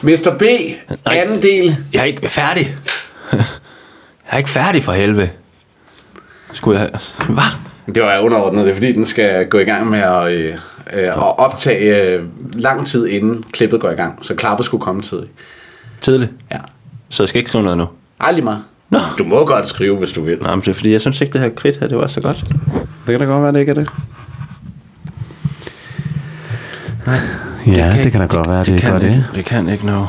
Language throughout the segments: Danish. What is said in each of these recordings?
Mr. B, anden del. Jeg er ikke færdig. Jeg er ikke færdig for helvede. Skulle jeg... Hvad? Det var underordnet, det er fordi, den skal gå i gang med at optage lang tid inden klippet går i gang. Så klappet skulle komme tidligt. Tidligt? Ja. Så jeg skal ikke skrive noget nu? Aldrig meget. Nå. Du må godt skrive, hvis du vil. Nej, men det er fordi, jeg synes ikke, det her kridt her, det var så godt. Det kan da godt være, det ikke er det. Nej. Ja, det kan da godt være, det ikke var det. Det kan ikke noget.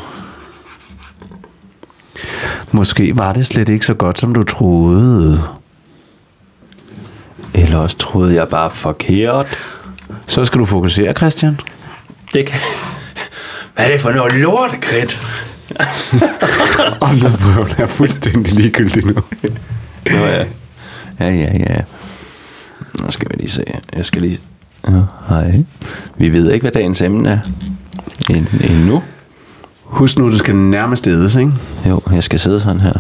Måske var det slet ikke så godt, som du troede. Eller også troede jeg bare forkert. Så skal du fokusere, Christian. Det kan... Hvad er det for noget lortekridt? Lydprøven er fuldstændig ligegyldig nu. Nå ja. Ja. Nu skal vi lige se. Jeg skal lige... Hej. Vi ved ikke, hvad dagens emne er. Endnu. Husk nu, du skal nærmest ædes, ikke? Jo, jeg skal sidde sådan her.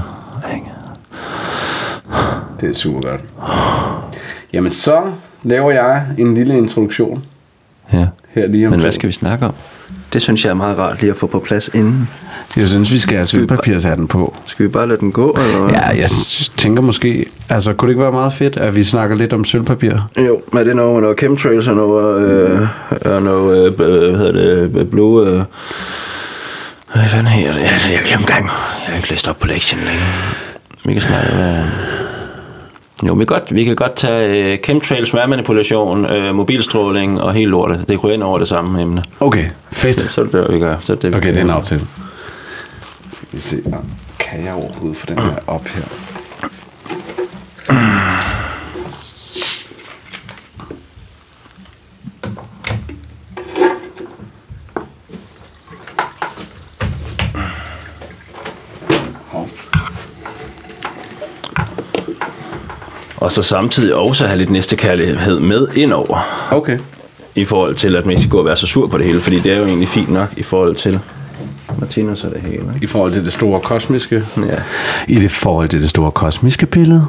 Det er super godt. Jamen, så laver jeg en lille introduktion. Ja. Her lige om Men hvad skal vi snakke om? Det synes jeg er meget rart lige at få på plads inden. Jeg synes, vi skal have sølvpapirshatten på. Skal vi bare lade den gå, eller hvad? Ja, jeg tænker måske... Altså, kunne det ikke være meget fedt, at vi snakker lidt om sølvpapir? Jo, men det er noget chemtrails og noget... hvad hedder det? Blue... Hvad fanden her? Jeg glemte gang. Jeg har ikke læst op på lektionen længe. Vi kan snakke... Jo, vi kan godt tage chemtrails, sværmanipulation, mobilstråling og hele lortet. Det kunne ind over det samme emne. Okay, fedt. Så det vi gør. Så det, okay, det er en aftale. Skal vi se, kan jeg overhovedet få den her op her? Og så samtidig også have lidt næstekærlighed med indover. Okay. I forhold til, at man ikke skal gå og være så sur på det hele, fordi det er jo egentlig fint nok i forhold til Martinus og det hele. Ikke? I forhold til det store kosmiske? Ja. I det forhold til det store kosmiske billede?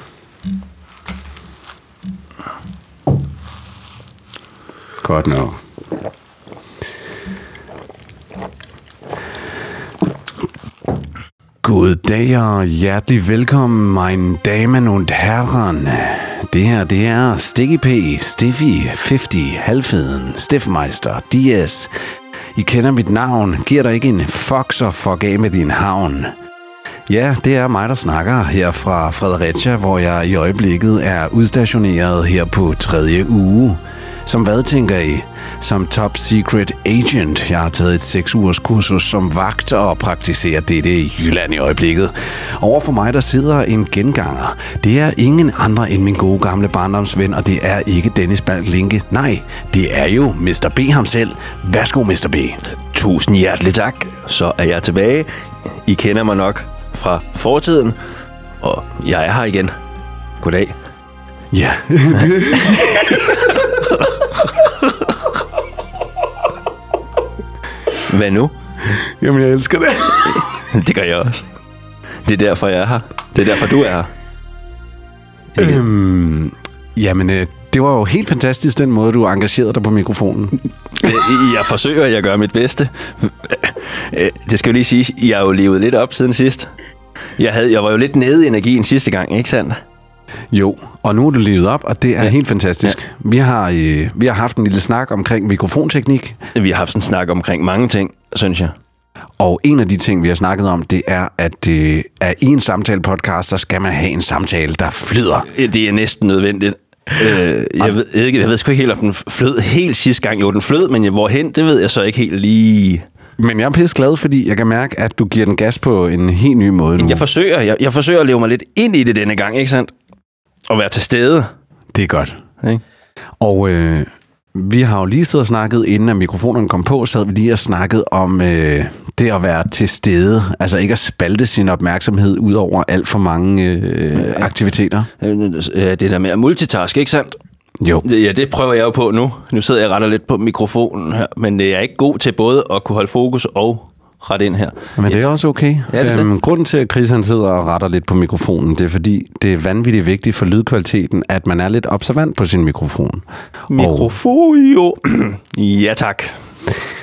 Godt nok. God dag og hjertelig velkommen, mine damen und herren. Det her, det er Sticky P, Stiffy, 50, Halvfeden, Stiffmeister, DS. I kender mit navn, giver dig ikke en fuck, så fuck af med din havn. Ja, det er mig, der snakker her fra Fredericia, hvor jeg i øjeblikket er udstationeret her på 3. uge. Som hvad tænker I? Som top secret agent. Jeg har taget et 6 ugers kursus som vagt og praktiserer dette i Jylland i øjeblikket. Overfor mig der sidder en genganger. Det er ingen andre end min gode gamle barndomsven, og det er ikke Dennis Balk-Linke. Nej, det er jo Mr. B ham selv. Værsgo, Mr. B. Tusind hjertelig tak. Så er jeg tilbage. I kender mig nok fra fortiden, og jeg er her igen. Goddag. Ja. Hvad nu? Jamen, jeg elsker det. Det gør jeg også. Det er derfor, jeg er her. Det er derfor, du er her. Jamen, det var jo helt fantastisk, den måde, du engagerede dig på mikrofonen. Jeg forsøger, at jeg gør mit bedste. Det skal jo lige sige, jeg har jo levet lidt op siden sidst. Jeg var jo lidt nede i energien sidste gang, ikke sandt? Jo, og nu er du levet op, og det er helt fantastisk. Ja. Vi har haft en lille snak omkring mikrofonteknik. Vi har haft en snak omkring mange ting, synes jeg. Og en af de ting, vi har snakket om, det er, at i en samtale-podcast, så skal man have en samtale, der flyder. Det er næsten nødvendigt. Jeg ved sgu ikke helt, om den flød helt sidste gang. Jo, den flød, men hvorhen, det ved jeg så ikke helt lige. Men jeg er pisse glad, fordi jeg kan mærke, at du giver den gas på en helt ny måde nu. Jeg forsøger at leve mig lidt ind i det denne gang, ikke sandt? Og være til stede. Det er godt. Ikke? Og vi har jo lige siddet og snakket, inden at mikrofonerne kom på, så havde vi lige snakket om det at være til stede. Altså ikke at spalte sin opmærksomhed ud over alt for mange aktiviteter. Det der med at multitaske, ikke sandt? Jo. Ja, det prøver jeg jo på nu. Nu sidder jeg og retter lidt på mikrofonen her, men jeg er ikke god til både at kunne holde fokus og rette ind her. Men det er også okay. Ja, det. Grunden til, at Chris han sidder og retter lidt på mikrofonen, det er fordi, det er vanvittigt vigtigt for lydkvaliteten, at man er lidt observant på sin mikrofon. Mikrofon, jo. Ja, tak.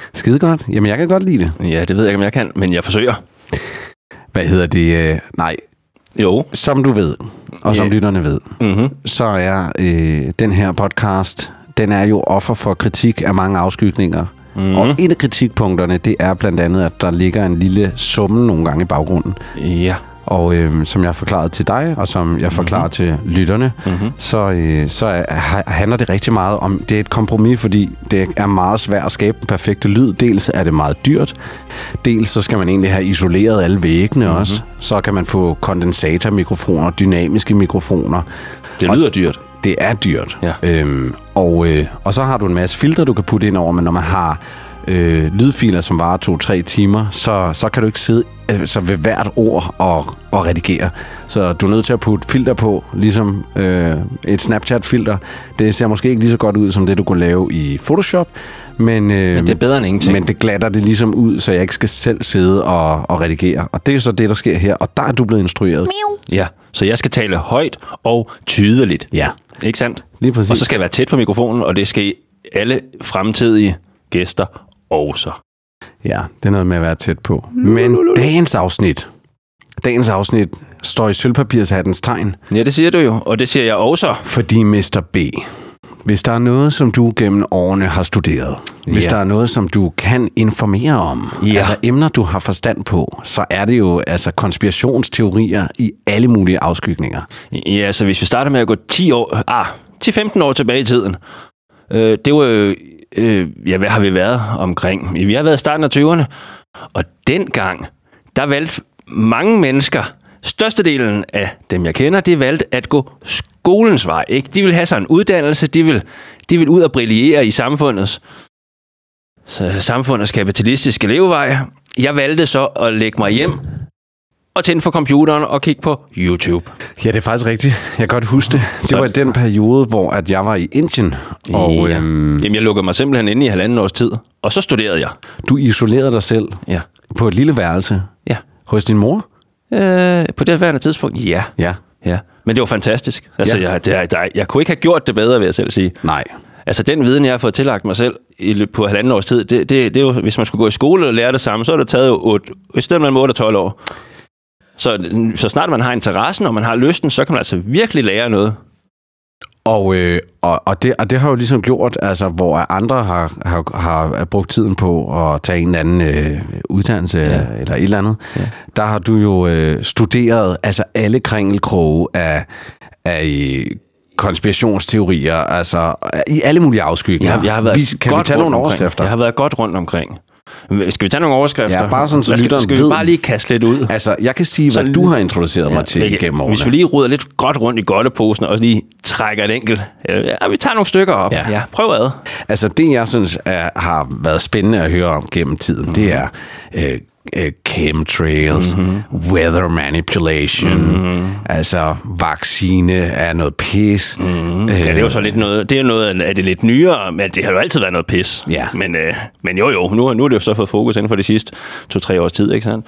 Skide godt. Jamen, jeg kan godt lide det. Ja, det ved jeg ikke, om jeg kan, men jeg forsøger. Hvad hedder det? Nej. Jo. Som du ved, og som lytterne ved, så er den her podcast, den er jo offer for kritik af mange afskygninger. Og et af kritikpunkterne, det er blandt andet, at der ligger en lille summe nogle gange i baggrunden. Ja. Og som jeg har forklaret til dig, og som jeg forklarer til lytterne, så handler det rigtig meget om, det er et kompromis, fordi det er meget svært at skabe den perfekte lyd. Dels er det meget dyrt, dels så skal man egentlig have isoleret alle væggene også. Så kan man få kondensatormikrofoner, dynamiske mikrofoner. Det lyder dyrt. Det er dyrt. Ja. Og så har du en masse filtre, du kan putte ind over, men når man har lydfiler, som varer 2-3 timer, så kan du ikke sidde ved hvert ord og redigere. Så du er nødt til at putte filter på, ligesom et Snapchat-filter. Det ser måske ikke lige så godt ud, som det du kunne lave i Photoshop, men det er bedre end ingenting. Men det glatter det ligesom ud, så jeg ikke skal selv sidde og redigere. Og det er så det, der sker her, og der er du blevet instrueret. Ja, så jeg skal tale højt og tydeligt. Ja. Ikke sandt? Lige præcis. Og så skal jeg være tæt på mikrofonen, og det skal alle fremtidige gæster også. Ja, det er noget med at være tæt på. Men dagens afsnit står i sølvpapirshattens tegn. Ja, det siger du jo, og det siger jeg også. Fordi Mr. B, hvis der er noget, som du gennem årene har studeret, hvis der er noget, som du kan informere om, altså emner, du har forstand på, så er det jo altså konspirationsteorier i alle mulige afskygninger. Ja, så hvis vi starter med at gå 10-15 år tilbage i tiden, det var jo, hvad har vi været omkring? Vi har været i starten af 20'erne, og dengang, der valgte mange mennesker, størstedelen af dem, jeg kender, de valgte at gå skolens vej. Ikke? De vil have sig en uddannelse, de vil ud og brillere i samfundets kapitalistiske levevej. Jeg valgte så at lægge mig hjem og tænde for computeren og kigge på YouTube. Ja, det er faktisk rigtigt. Jeg kan godt huske det. Det var i den periode, hvor at jeg var i Indien. Og, Jamen, jeg lukkede mig simpelthen inde i 1,5 års tid, og så studerede jeg. Du isolerede dig selv på et lille værelse hos din mor? På det værende tidspunkt, ja. Men det var fantastisk. Altså, jeg kunne ikke have gjort det bedre, vil jeg selv sige. Nej. Altså, den viden, jeg har fået tillagt mig selv på 1,5 års tid, det er jo, hvis man skulle gå i skole og lære det samme, så er det taget jo i stedet mellem 8 og 12 år. Så snart man har interessen, og man har lysten, så kan man altså virkelig lære noget. Og det har jo ligesom gjort, altså, hvor andre har brugt tiden på at tage en eller anden uddannelse eller et eller andet. Ja. Der har du jo studeret altså alle kringelkroge af konspirationsteorier, altså i alle mulige afskygninger. Kan vi tage nogle overskrifter? Jeg har været godt rundt omkring. Skal vi tage nogle overskrifter? Ja, bare sådan, så lytteren skal vi bare lige kaste lidt ud? Altså, jeg kan sige, hvad du har introduceret mig til igennem årene. Hvis vi lige ruder lidt godt rundt i godteposen og lige trækker et enkelt. Vi tager nogle stykker op. Ja, prøv ad. Altså, det jeg synes har været spændende at høre om gennem tiden, det er chemtrails, weather manipulation, altså vaccine er noget pis. Ja, det er jo så lidt noget, det er noget af det lidt nyere, men det har jo altid været noget pis. Ja. Men jo, nu er det jo så fået fokus inden for de sidste 2-3 års tid, ikke sandt?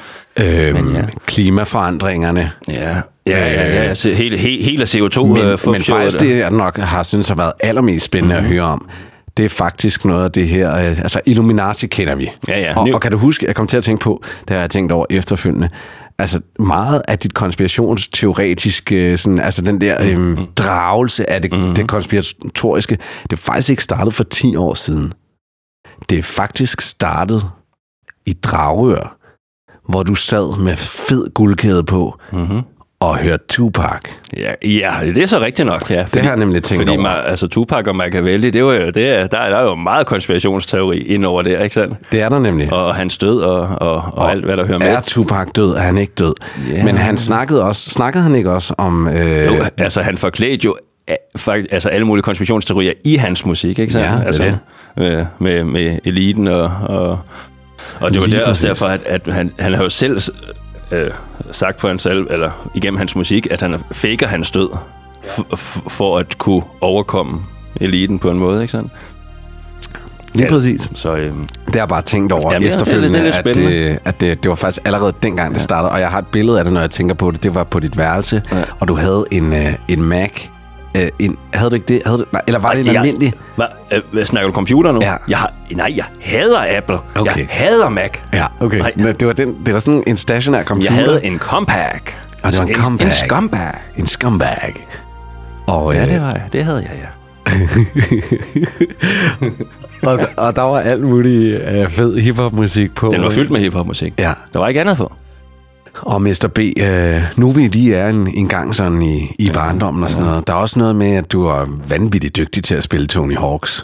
Klimaforandringerne. Ja, altså, hele CO2. Men faktisk det, jeg nok har synes har været allermest spændende at høre om, det er faktisk noget af det her, altså Illuminati kender vi. Ja. Og kan du huske, jeg kom til at tænke på, det har jeg tænkt over efterfølgende, altså meget af dit konspirationsteoretiske, sådan, altså den der dragelse af det konspiratoriske, det er faktisk ikke startet for 10 år siden. Det er faktisk startet i Dragør, hvor du sad med fed guldkæde på, og hørte Tupac. Ja, det er så rigtigt nok. Ja, det har jeg nemlig tænkt over. Altså Tupac og Machiavelli, det var jo, der er jo meget konspirationsteori ind over der, ikke sandt? Det er der nemlig. Og hans død og alt, hvad der hører med. Er Tupac død? Er han ikke død? Yeah. Men han snakkede han ikke også om... Jo, altså han forklædte jo altså alle mulige konspirationsteorier i hans musik, ikke sandt? Ja, altså, med eliten og det var der også derfor, at han har jo selv sagt på hans selv, eller igennem hans musik, at han faker hans død for at kunne overkomme eliten på en måde, ikke sandt? Lige præcis. Så, det har jeg bare tænkt over efterfølgende, at det var faktisk allerede dengang, det startede, og jeg har et billede af det, når jeg tænker på det. Det var på dit værelse, og du havde en Mac havde du ikke det? Nej, eller var det en almindelig? Hvad snakker du computer nu? Ja. Jeg hader Apple. Okay. Jeg hader Mac. Ja, okay. Nej. Men det var sådan en stationær computer. Jeg havde en Compaq. Og det var en Compaq. En scumbag. En scumbag. Og, Ja, det havde jeg, ja. og der var alt muligt fed hiphop-musik på. Den var fyldt med hiphop-musik. Ja. Der var ikke andet på. Og Mr. B, nu vi lige er en gang sådan i barndommen og sådan noget, der er også noget med, at du er vanvittigt dygtig til at spille Tony Hawks.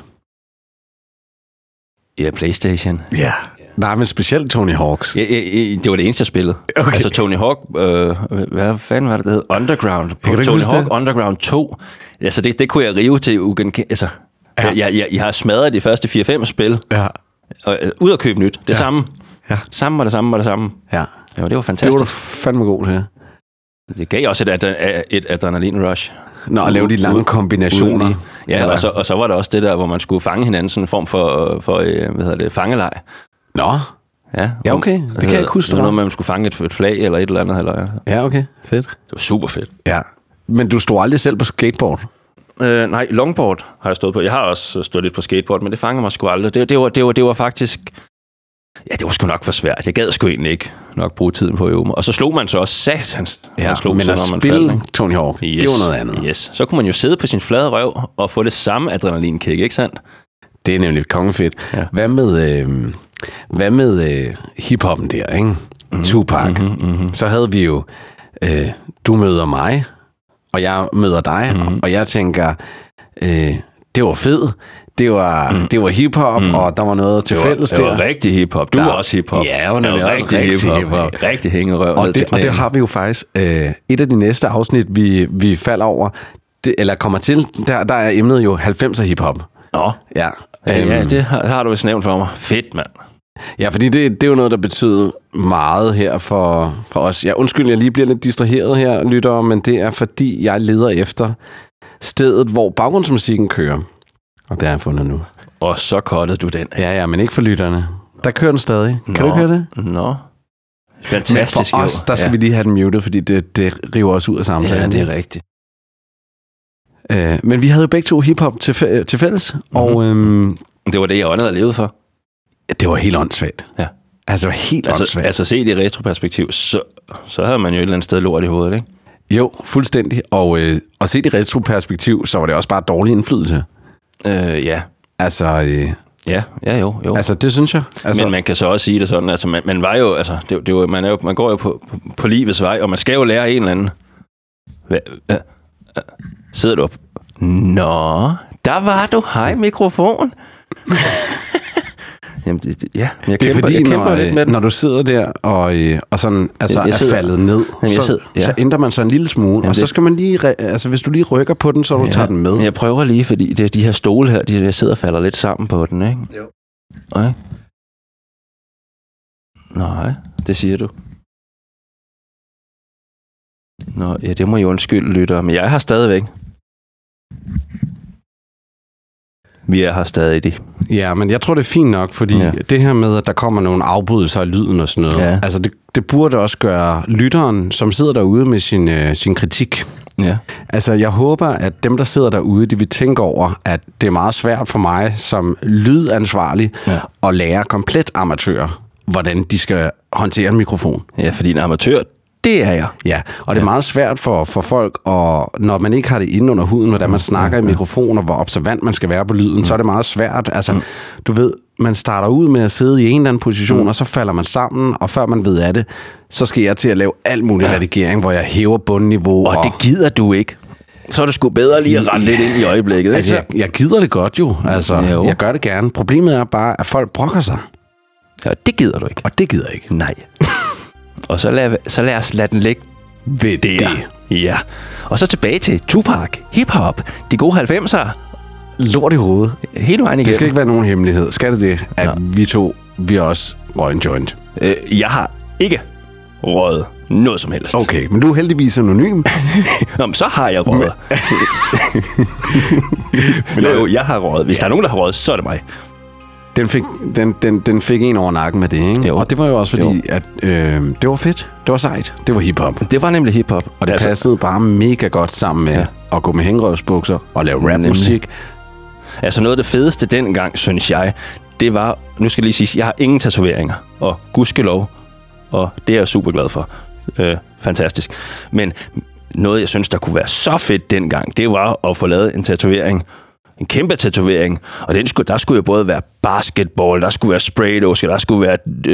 Ja, PlayStation. Ja. Nej, men specielt Tony Hawks. Det var det eneste, jeg spillede. Okay. Altså Tony Hawk, hvad fanden var det, der hed? Underground. På Tony Tony Hawk Underground 2. Altså, det kunne jeg rive til ugenkendt. Altså, jeg har smadret de første 4-5 spil. Ja. Ud at købe nyt. Det samme. Ja. Samme var det samme. Ja. Ja, det var fantastisk. Det var du fandme god til. Det gav også et adrenalin-rush. Nå, at lave de lange kombinationer. Ja, og så var der også det der, hvor man skulle fange hinanden, sådan en form for fangeleg. Nå. Ja, Okay. Det kan jeg ikke huske. Det var noget med, at man skulle fange et flag eller et eller andet. Eller, Ja, okay. Fedt. Det var super fedt. Ja. Men du stod aldrig selv på skateboard? Nej, longboard har jeg stået på. Jeg har også stået lidt på skateboard, men det fanger mig sgu aldrig. Det var faktisk... Ja, det var sgu nok for svært. Jeg gad sgu egentlig ikke nok bruge tiden på at øve mig. Og så slog man så også satans. Ja, slog men så, at når man spille faldt, Tony Hawk, yes, det var noget andet. Yes. Så kunne man jo sidde på sin flade røv og få det samme adrenalinkick, ikke sandt? Det er nemlig kongefedt. Ja. Hvad med hiphoppen der, ikke? Tupac. Så havde vi jo, du møder mig, og jeg møder dig, og jeg tænker, det var fedt. Det var hiphop, og der var noget til fælles der. Det var rigtig hiphop. Du var også hiphop. Ja, det var rigtig hiphop. Rigtig hængerøv. Og det har vi jo faktisk. Et af de næste afsnit, vi falder over, eller kommer til, der er emnet jo 90'er hiphop. Nå. Ja. Ja, det har du vist nævnt for mig. Fedt, mand. Ja, fordi det er jo noget, der betyder meget her for os. Ja, undskyld, jeg lige bliver lidt distraheret her, lyttere, men det er fordi, jeg leder efter stedet, hvor baggrundsmusikken kører. Og det har jeg fundet nu. Og så kottede du den. Ja, men ikke for lytterne. Der kører den stadig. Kan du høre det? Nå. Fantastisk. Men for os, der skal vi lige have den muted, fordi det river os ud af samtalen. Ja, det er rigtigt. Men vi havde jo begge to hiphop til fælles, og det var det, jeg åndede og levede for. Det var helt åndssvagt. Ja. Altså helt åndssvagt. Altså set i retroperspektiv, så havde man jo et eller andet sted lort i hovedet, ikke? Jo, fuldstændig. Og set i retroperspektiv, så var det også bare dårlig indflydelse. Ja. Altså... Ja, jo. Altså, det synes jeg. Altså, men man kan så også sige det sådan, altså man var jo, altså, man går jo på livets vej, og man skal jo lære en eller anden. Sidder du op? Nå, der var du. Hej, mikrofon. Jamen, ja, jeg kæmper lidt med den. Når du sidder der og sådan, altså er faldet ned, så ændrer man sig en lille smule, jamen, og så skal man lige, altså hvis du lige rykker på den, så du tager den med. Jeg prøver lige, fordi det er de her stole her, jeg sidder og falder lidt sammen på den, ikke? Jo. Okay. Nej, det siger du. Nå, ja, det må jeg undskylde, lytter, men jeg har stadigvæk. Vi er her stadig. Ja, men jeg tror, det er fint nok, fordi det her med, at der kommer nogle afbrydelser af lyden og sådan noget, altså det burde også gøre lytteren, som sidder derude med sin kritik. Ja. Altså, jeg håber, at dem, der sidder derude, de vil tænke over, at det er meget svært for mig som lydansvarlig at lære komplet amatører, hvordan de skal håndtere en mikrofon. Ja, fordi en amatør, det er jeg. Ja, og det er meget svært for folk, og når man ikke har det inde under huden, hvordan man snakker i mikrofoner, hvor observant man skal være på lyden, så er det meget svært. Altså, du ved, man starter ud med at sidde i en eller anden position, og så falder man sammen, og før man ved af det, så skal jeg til at lave alt mulig redigering, hvor jeg hæver bundniveau. Og det gider du ikke. Så er det sgu bedre lige at rende lidt ind i øjeblikket. Altså, jeg gider det godt jo. Altså, jeg gør det gerne. Problemet er bare, at folk brokker sig. Ja, det gider du ikke. Og det gider jeg ikke. Nej. Og så lad os lade den ligge ved det. Ja. Og så tilbage til Tupac, hiphop, de gode 90'ere. Lort i hovedet. Hele vejen igennem. Det skal ikke være nogen hemmelighed. Skal det, at vi også røg en joint? Jeg har ikke røget noget som helst. Okay, men du er heldigvis anonym. Nå, men så har jeg røget. Men jeg har røget. Hvis der er nogen, der har røget, så er det mig. Den fik en over nakken med det, ikke? Jo. Og det var jo også fordi, at det var fedt. Det var sejt. Det var hiphop. Det var nemlig hiphop. Og det passede bare mega godt sammen med at gå med hængerøvsbukser og lave rapmusik. Altså noget af det fedeste dengang, synes jeg, det var, nu skal jeg lige sige, jeg har ingen tatoveringer, og gudskelov, og det er jeg super glad for. Fantastisk. Men noget, jeg synes, der kunne være så fedt dengang, det var at få lavet en tatovering. En kæmpe tatovering. Og der skulle jo både være basketball, der skulle være spraydåser, der skulle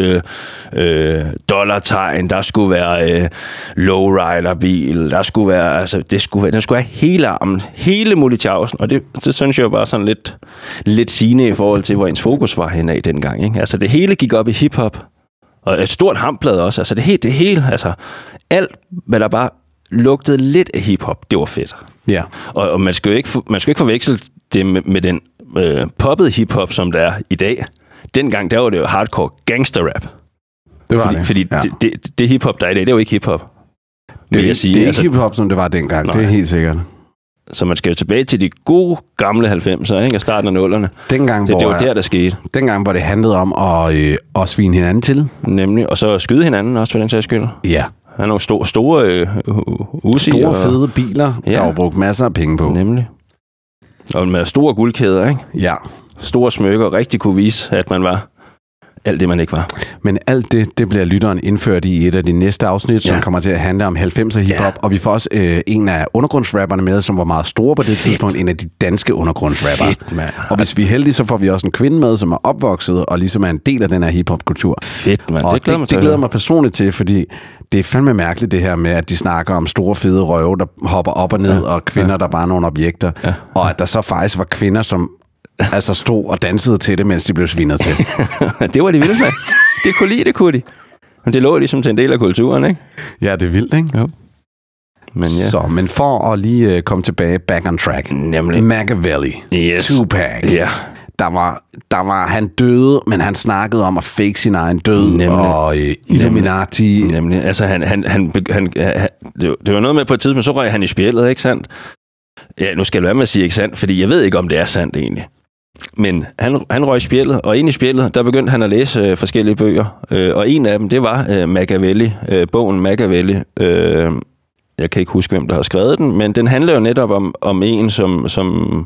være dollartegn, der skulle være lowriderbil, der skulle være, altså, den skulle være hele armen, hele multichausen. Og det synes jeg bare sådan lidt sigende i forhold til, hvor ens fokus var henad dengang. Ikke? Altså det hele gik op i hiphop. Og et stort hamblad også. Altså det hele, altså alt, hvad der bare lugtede lidt af hiphop, det var fedt. Ja. Og man skal jo ikke forveksle det med den poppede hiphop, som der er i dag. Dengang, der var det jo hardcore gangsterrap. Det var det. Fordi det hiphop, der er i dag, det er jo ikke hiphop. Det er ikke hiphop, som det var dengang. Nej. Det er helt sikkert. Så man skal jo tilbage til de gode gamle 90'er, ikke? Og starten af 0'erne. Dengang, det var der skete. Dengang, hvor det handlede om at svine hinanden til. Nemlig. Og så skyde hinanden også, for den sags skyld. Ja. Han har nogle store Uzi. Store, fede biler, der var brugt masser af penge på. Nemlig. Og med store guldkæder, ikke? Ja. Store smykker, rigtig kunne vise, at man var alt det, man ikke var. Men alt det bliver lytteren indført i et af de næste afsnit, som kommer til at handle om 90'er hiphop. Og vi får også en af undergrundsrapperne med, som var meget store på det tidspunkt. En af de danske undergrundsrapper. Fedt, mand. Og hvis vi er heldige, så får vi også en kvinde med, som er opvokset og ligesom er en del af den her hiphop-kultur. Fedt, mand. Og det glæder mig personligt til, fordi det er fandme mærkeligt det her med, at de snakker om store, fede røve, der hopper op og ned, og kvinder, der bare er nogle objekter. Ja. Og at der så faktisk var kvinder, som altså stod og dansede til det, mens de blev svinet til. Det var de vildt, mand. Det kunne de. Men det lå ligesom til en del af kulturen, ikke? Ja, det er vildt, ikke? Jo. Men for at lige komme tilbage, back on track. Nemlig. Machiavelli. Yes. Tupac. Ja. Der var han døde, men han snakkede om at fake sin egen død. Nemlig. Og Illuminati. Nemlig. Altså, det var noget med på et tidspunkt, så røg han i spjældet, ikke sandt? Ja, nu skal jeg være med at sige ikke sandt, fordi jeg ved ikke, om det er sandt egentlig. Men han røg i spjældet, og inde i spjældet, der begyndte han at læse forskellige bøger. Og en af dem, det var Machiavelli, bogen Machiavelli. Jeg kan ikke huske, hvem der har skrevet den, men den handler jo netop om en, som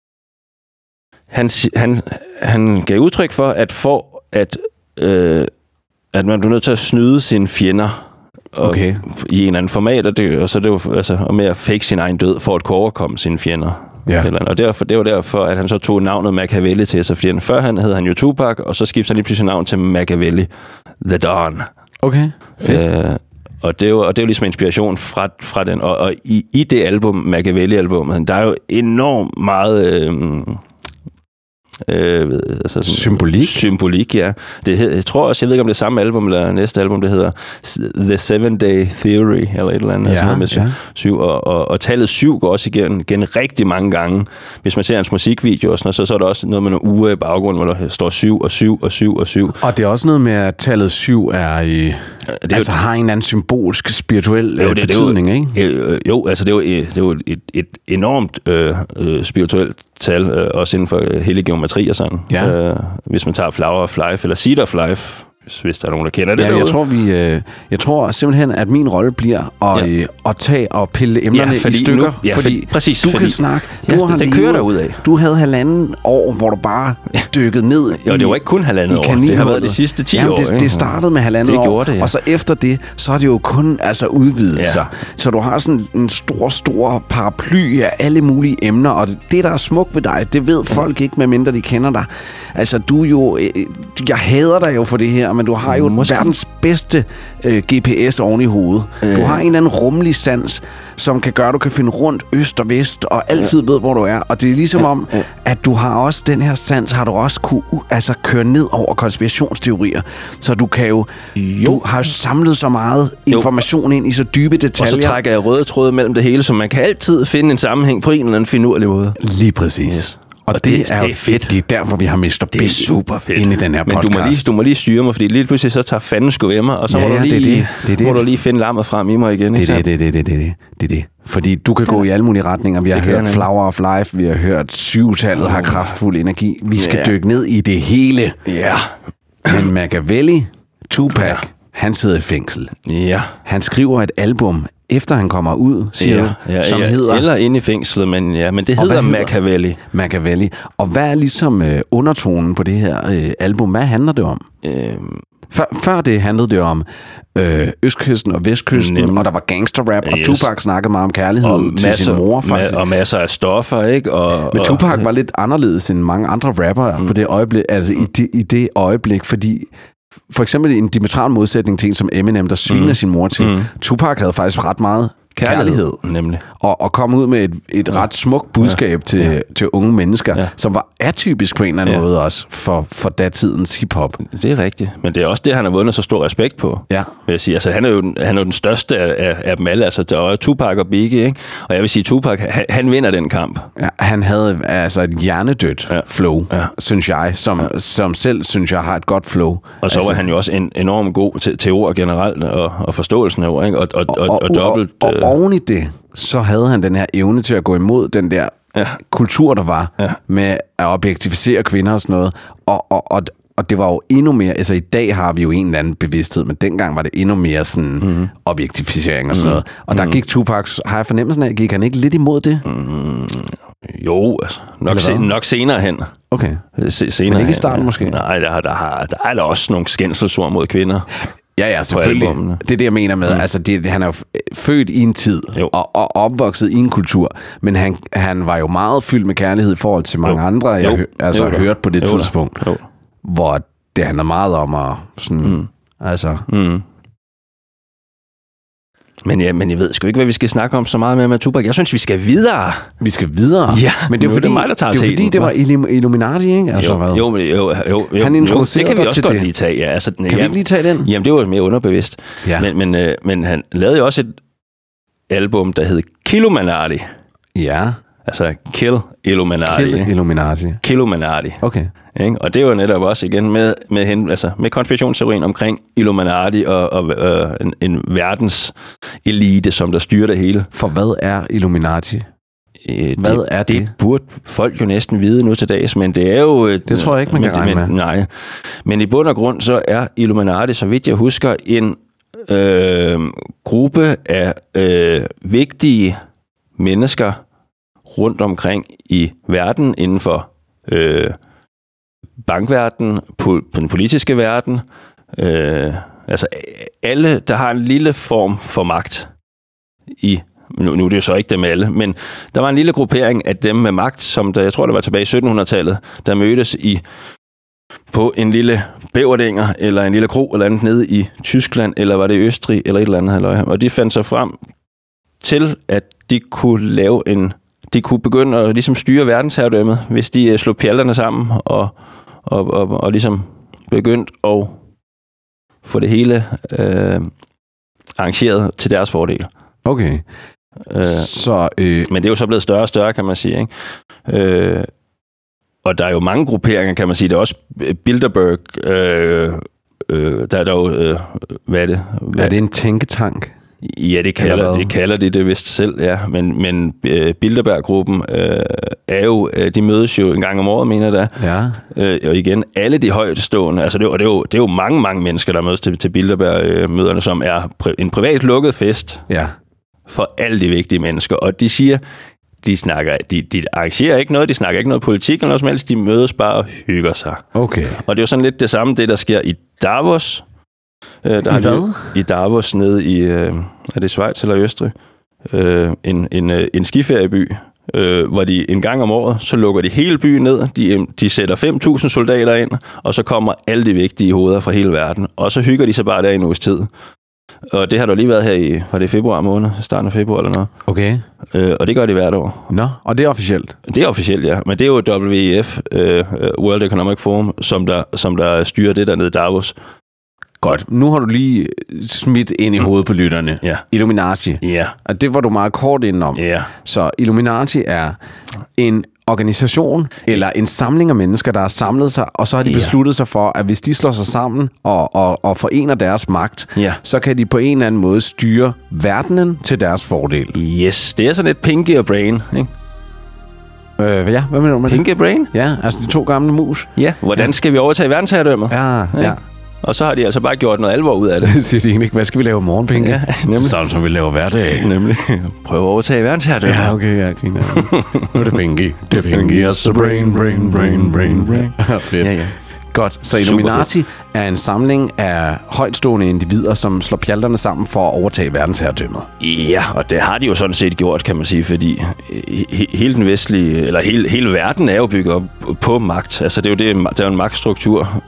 han gav udtryk for, at man bliver nødt til at snyde sine fjender. Okay. I en eller anden format, og så det var altså med at fake sin egen død for at kunne overkomme sine fjender. Ja. Og det var derfor, at han så tog navnet Machiavelli til sig, fordi før hed han jo Tupac, og så skiftede han lige pludselig navn til Machiavelli The Don. Okay, fedt. Og det er jo ligesom inspiration fra den. Og i det album, Machiavelli-albummet, der er jo enormt meget Symbolik, ja. Jeg tror også, jeg ved ikke, om det er samme album eller næste album, det hedder The 7-Day Theory, eller et eller andet. Ja, med 7. Og tallet 7 går også igen rigtig mange gange. Hvis man ser hans musikvideo og sådan noget, så er der også noget med nogle uger i baggrunden, hvor der står 7 og 7 og 7 og 7. Og det er også noget med, at tallet 7 er har en eller anden symbolsk, spirituel betydning, ikke? Jo, altså det er jo et enormt spirituelt tal, også inden for hele geometri og sådan. Ja. Hvis man tager Flower of Life, eller Seed of Life, hvis der er nogen, der kender det. Ja, jeg tror simpelthen, at min rolle bliver at tage og pille emnerne i stykker. Præcis. Du kan snakke. Det kører derud af. Du havde 1,5 år, hvor du bare dykkede ned i. Det var ikke kun 1,5 år. Det har været de sidste 10 år. Det startede med 1,5 år. Og så efter det, så er det jo kun udvidet sig. Så du har sådan en stor paraply af alle mulige emner. Og det, der er smukt ved dig, det ved folk ikke, medmindre de kender dig. Altså, du jo... Jeg hader dig jo for det her, men du har jo verdens bedste GPS oven i hovedet. Du har en eller anden rummelig sans, som kan gøre, at du kan finde rundt øst og vest, og altid ved, hvor du er. Og det er ligesom om, at du har også den her sans, har du også kunne køre ned over konspirationsteorier. Så du kan jo... Du har samlet så meget information ind i så dybe detaljer. Og så trækker jeg røde tråde mellem det hele, så man kan altid finde en sammenhæng på en eller anden finurlig måde. Lige præcis. Yes. Og det er fedt. Det er derfor, vi har Mr. B inde i den her podcast. Men du må lige styre mig, fordi lige pludselig så tager fanden sgu ved mig, og så må du lige finde lammet frem i mig igen. Det er det. Fordi du kan gå i alle mulige retninger. Vi har hørt Flower of Life, vi har hørt 7-tallet har kraftfuld energi. Vi skal dykke ned i det hele. Ja. Men Machiavelli, Tupac, han sidder i fængsel. Ja. Han skriver et album efter han kommer ud, siger du, som hedder... Eller inde i fængslet, men det hedder Machiavelli. Machiavelli. Og hvad er ligesom undertonen på det her album? Hvad handler det om? Før det handlede det om Østkysten og Vestkysten, og der var gangsterrap, og Tupac snakkede meget om kærlighed til sin mor, faktisk. Og masser af stoffer, ikke? Men Tupac var lidt anderledes end mange andre rappere på det øjeblik, altså i det øjeblik, fordi for eksempel en diametral modsætning til en som Eminem, der sviner sin mor til. Tupac havde faktisk ret meget kærlighed. Nemlig. Og kom ud med et ret smukt budskab til unge mennesker, som var atypisk på en eller anden måde også for datidens hiphop. Det er rigtigt. Men det er også det, han har vundet så stor respekt på, vil jeg sige. Altså, han er jo den største af dem alle. Altså, der er Tupac og Biggie, ikke? Og jeg vil sige, Tupac, han vinder den kamp. Ja, han havde altså et hjernedødt flow, synes jeg, som selv, synes jeg, har et godt flow. Og så var han jo også enormt god til ord generelt, og forståelsen af ord, ikke? Og dobbelt... Og oven i det, så havde han den her evne til at gå imod den der kultur, der var, med at objektificere kvinder og sådan noget. Og det var jo endnu mere, altså i dag har vi jo en eller anden bevidsthed, men dengang var det endnu mere sådan objektificering og sådan noget. Og der gik Tupac, har jeg fornemmelsen af, gik han ikke lidt imod det? Jo, altså, nok senere hen. Okay. Senere men ikke i starten måske? Nej, der er der også nogle skændselsord mod kvinder. Ja, selvfølgelig. Det er det, jeg mener med. Altså, han er jo født i en tid og opvokset i en kultur, men han var jo meget fyldt med kærlighed i forhold til mange andre, jeg har hørt på det tidspunkt, hvor det handler meget om at sådan, altså... Men jeg ved sgu ikke, hvad vi skal snakke om så meget med Tupac. Jeg synes, vi skal videre. Vi skal videre? Ja, men det er fordi, mig, der tager det er fordi, det var Illuminati, ikke? Altså, jo. Han introducerede det kan vi også godt det. lige tage, ja. Altså, kan vi ikke lige tage den? Jamen, det var mere underbevidst. Ja. Men han lavede jo også et album, der hed Killuminati. Ja. Altså, Kill Illuminati. Killuminati. Okay. Ikke? Og det var netop også igen med konspirationsteorien omkring Illuminati og en verdens elite, som der styrer det hele. For hvad er Illuminati? Hvad er det? Det burde folk jo næsten vide nu til dags, men det er jo... Det tror jeg ikke, man kan regne med. Nej. Men i bund og grund, så er Illuminati, så vidt jeg husker, en gruppe af vigtige mennesker rundt omkring i verden, inden for bankverdenen, den politiske verden, altså alle, der har en lille form for magt i, nu er det jo så ikke dem alle, men der var en lille gruppering af dem med magt, som der, jeg tror det var tilbage i 1700-tallet, der mødtes på en lille bæverdinger, eller en lille kro, eller andet nede i Tyskland, eller var det i Østrig, eller et eller andet halløj. Og de fandt sig frem til, at de kunne begynde at ligesom styre verdensherredømmet, hvis de slog pjallerne sammen og ligesom begyndte at få det hele arrangeret til deres fordel. Okay. Men det er jo så blevet større og større, kan man sige, ikke? Og der er jo mange grupperinger, kan man sige. Der er også Bilderberg. Der er jo... hvad er det? Er det en tænketank? Ja, det kalder de det vist selv, ja. Men Bilderberg-gruppen er jo... De mødes jo en gang om året, mener jeg da. Ja. Og igen, alle de højtstående... Altså, det er jo mange mennesker, der mødes til Bilderberg-møderne, som er en privat lukket fest for alle de vigtige mennesker. Og de siger... De arrangerer ikke noget, de snakker ikke noget politik eller noget som helst, de mødes bare og hygger sig. Okay. Og det er jo sådan lidt det samme, det der sker i Davos. I Davos nede i, er det Schweiz eller Østrig? En skiferieby, hvor de en gang om året, så lukker de hele byen ned, de sætter 5.000 soldater ind, og så kommer alle de vigtige hoveder fra hele verden, og så hygger de sig bare der i en uges tid. Og det har der lige været her var det februar måned, starten af februar eller noget. Okay. Og det gør de hvert år. Nå, og det er officielt? Det er officielt, ja. Men det er jo WEF, World Economic Forum, som der styrer det dernede i Davos. Godt. Nu har du lige smidt ind i hovedet på lytterne. Ja. Illuminati. Ja. Og det var du meget kort indenom. Ja. Så Illuminati er en organisation eller en samling af mennesker, der har samlet sig, og så har de besluttet sig for, at hvis de slår sig sammen og forener deres magt, så kan de på en eller anden måde styre verdenen til deres fordel. Yes, det er sådan lidt Pinky og Brain, ikke? Ja, hvad mener du med Pinky det? Brain? Ja, altså de to gamle mus. Ja, hvordan skal vi overtage verdensherredømmet? Ja. Og så har de altså bare gjort noget alvor ud af det. Siger de egentlig ikke, hvad skal vi lave i morgen, Pinky? Ja, nemlig. Sådan som vi laver hver dag. Nemlig. Prøv at overtage verdensherredømmet. Ja, okay, jeg griner. Nu er det Pinky. Det er Pinky, og så brain. Fedt. Ja. Godt, så Illuminati er en samling af højtstående individer, som slår pjalterne sammen for at overtage verdensherredømmet. Ja, og det har de jo sådan set gjort, kan man sige, fordi hele den vestlige, eller hele verden er jo bygget op på magt. Altså det er jo det, der er en magtstruktur,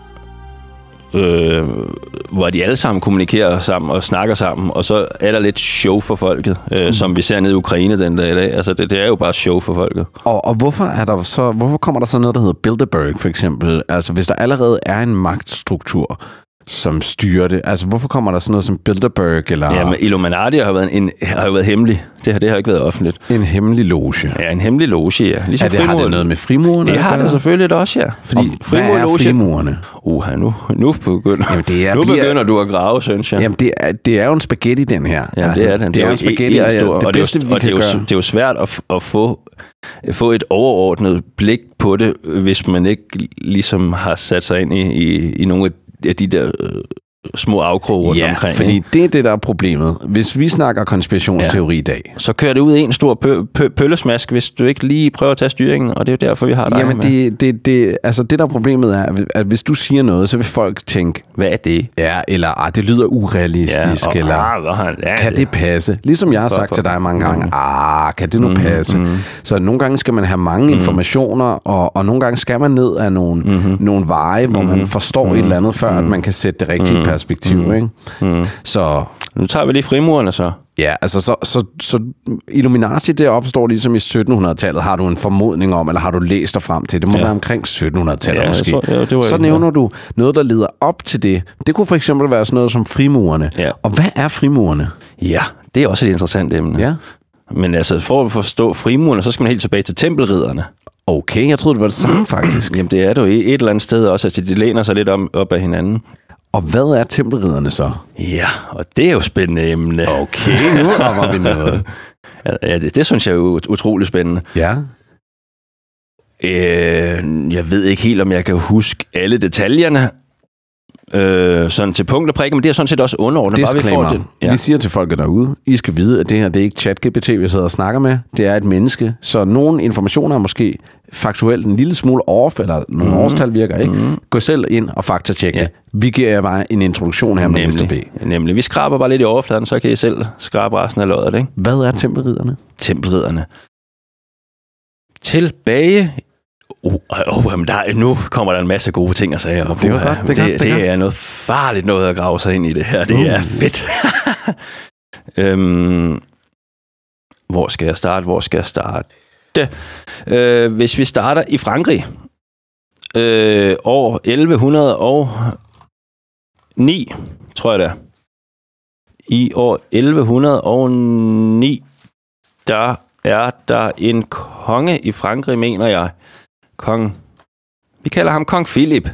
hvor de alle sammen kommunikerer sammen og snakker sammen, og så er der lidt show for folket, som vi ser nede i Ukraine den dag i dag. Altså det er jo bare show for folket. Og hvorfor kommer der så noget, der hedder Bilderberg, for eksempel? Altså hvis der allerede er en magtstruktur, som styrer det. Altså, hvorfor kommer der sådan noget som Bilderberg? Eller... Ja, men Illuminati har jo været hemmelig. Det har ikke været offentligt. En hemmelig loge? Ja, en hemmelig loge, ja. Ligesom har det noget med frimurerne? Det har det selvfølgelig også, ja. Fordi hvad er frimurerne? Nu begynder du at grave, synes jeg. Jamen, det er jo en spaghetti, den her. Ja, altså, det er den. Det er en spaghetti, og det er jo svært at få et overordnet blik på det, hvis man ikke ligesom har sat sig ind i nogle af de der små afkroge rundt omkring. Ja, fordi det er det, der er problemet. Hvis vi snakker konspirationsteori i dag, så kører det ud i en stor pøllesmask, hvis du ikke lige prøver at tage styringen, og det er jo derfor, vi har dig. Jamen, det der er problemet er, at hvis du siger noget, så vil folk tænke, hvad er det? Ja, eller det lyder urealistisk, kan det passe? Ligesom jeg har sagt til dig mange gange, kan det nu passe? Så nogle gange skal man have mange informationer, og nogle gange skal man ned af nogle veje, hvor man forstår et eller andet, før at man kan sætte det rigtige perspektiv, ikke? Så nu tager vi lige frimurerne så. Ja, altså så Illuminati, det opstår ligesom i 1700-tallet. Har du en formodning om, eller har du læst dig frem til? Det må være omkring 1700-tallet måske. Så nævner du noget, der leder op til det. Det kunne for eksempel være sådan noget som frimurerne. Ja. Og hvad er frimurerne? Ja, det er også et interessant emne. Ja. Men altså, for at forstå frimurerne, så skal man helt tilbage til tempelridderne. Okay, jeg troede, det var det samme faktisk. Jamen, det er det jo et eller andet sted også. Altså, de læner sig lidt op af hinanden. Og hvad er tempelridderne så? Ja, og det er jo spændende emne. Okay, nu rammer vi noget. Ja, det synes jeg er jo utroligt spændende. Ja. Jeg ved ikke helt, om jeg kan huske alle detaljerne. Sådan til punkt og prikke, men det er sådan set også underordnet. Disclaimer. Vi siger til folket derude, I skal vide, at det her, det er ikke ChatGPT, vi sidder og snakker med. Det er et menneske, så nogle informationer er måske faktuelt en lille smule off, eller nogle årstal virker ikke. Gå selv ind og faktatjek det. Vi giver jer bare en introduktion her med Mr. B. Nemlig. Vi skraber bare lidt i overfladen, så kan I selv skrabe resten af loddet, ikke? Hvad er tempelridderne? Tempelridderne. Tilbage... men nu kommer der en masse gode ting at sige. Det er godt. Det er noget farligt noget at grave sig ind i det her. Det er fedt. Hvor skal jeg starte? Hvis vi starter i Frankrig, år 1109, tror jeg det er. I år 1109, der er der en konge i Frankrig, mener jeg. Vi kalder ham Kong Philip.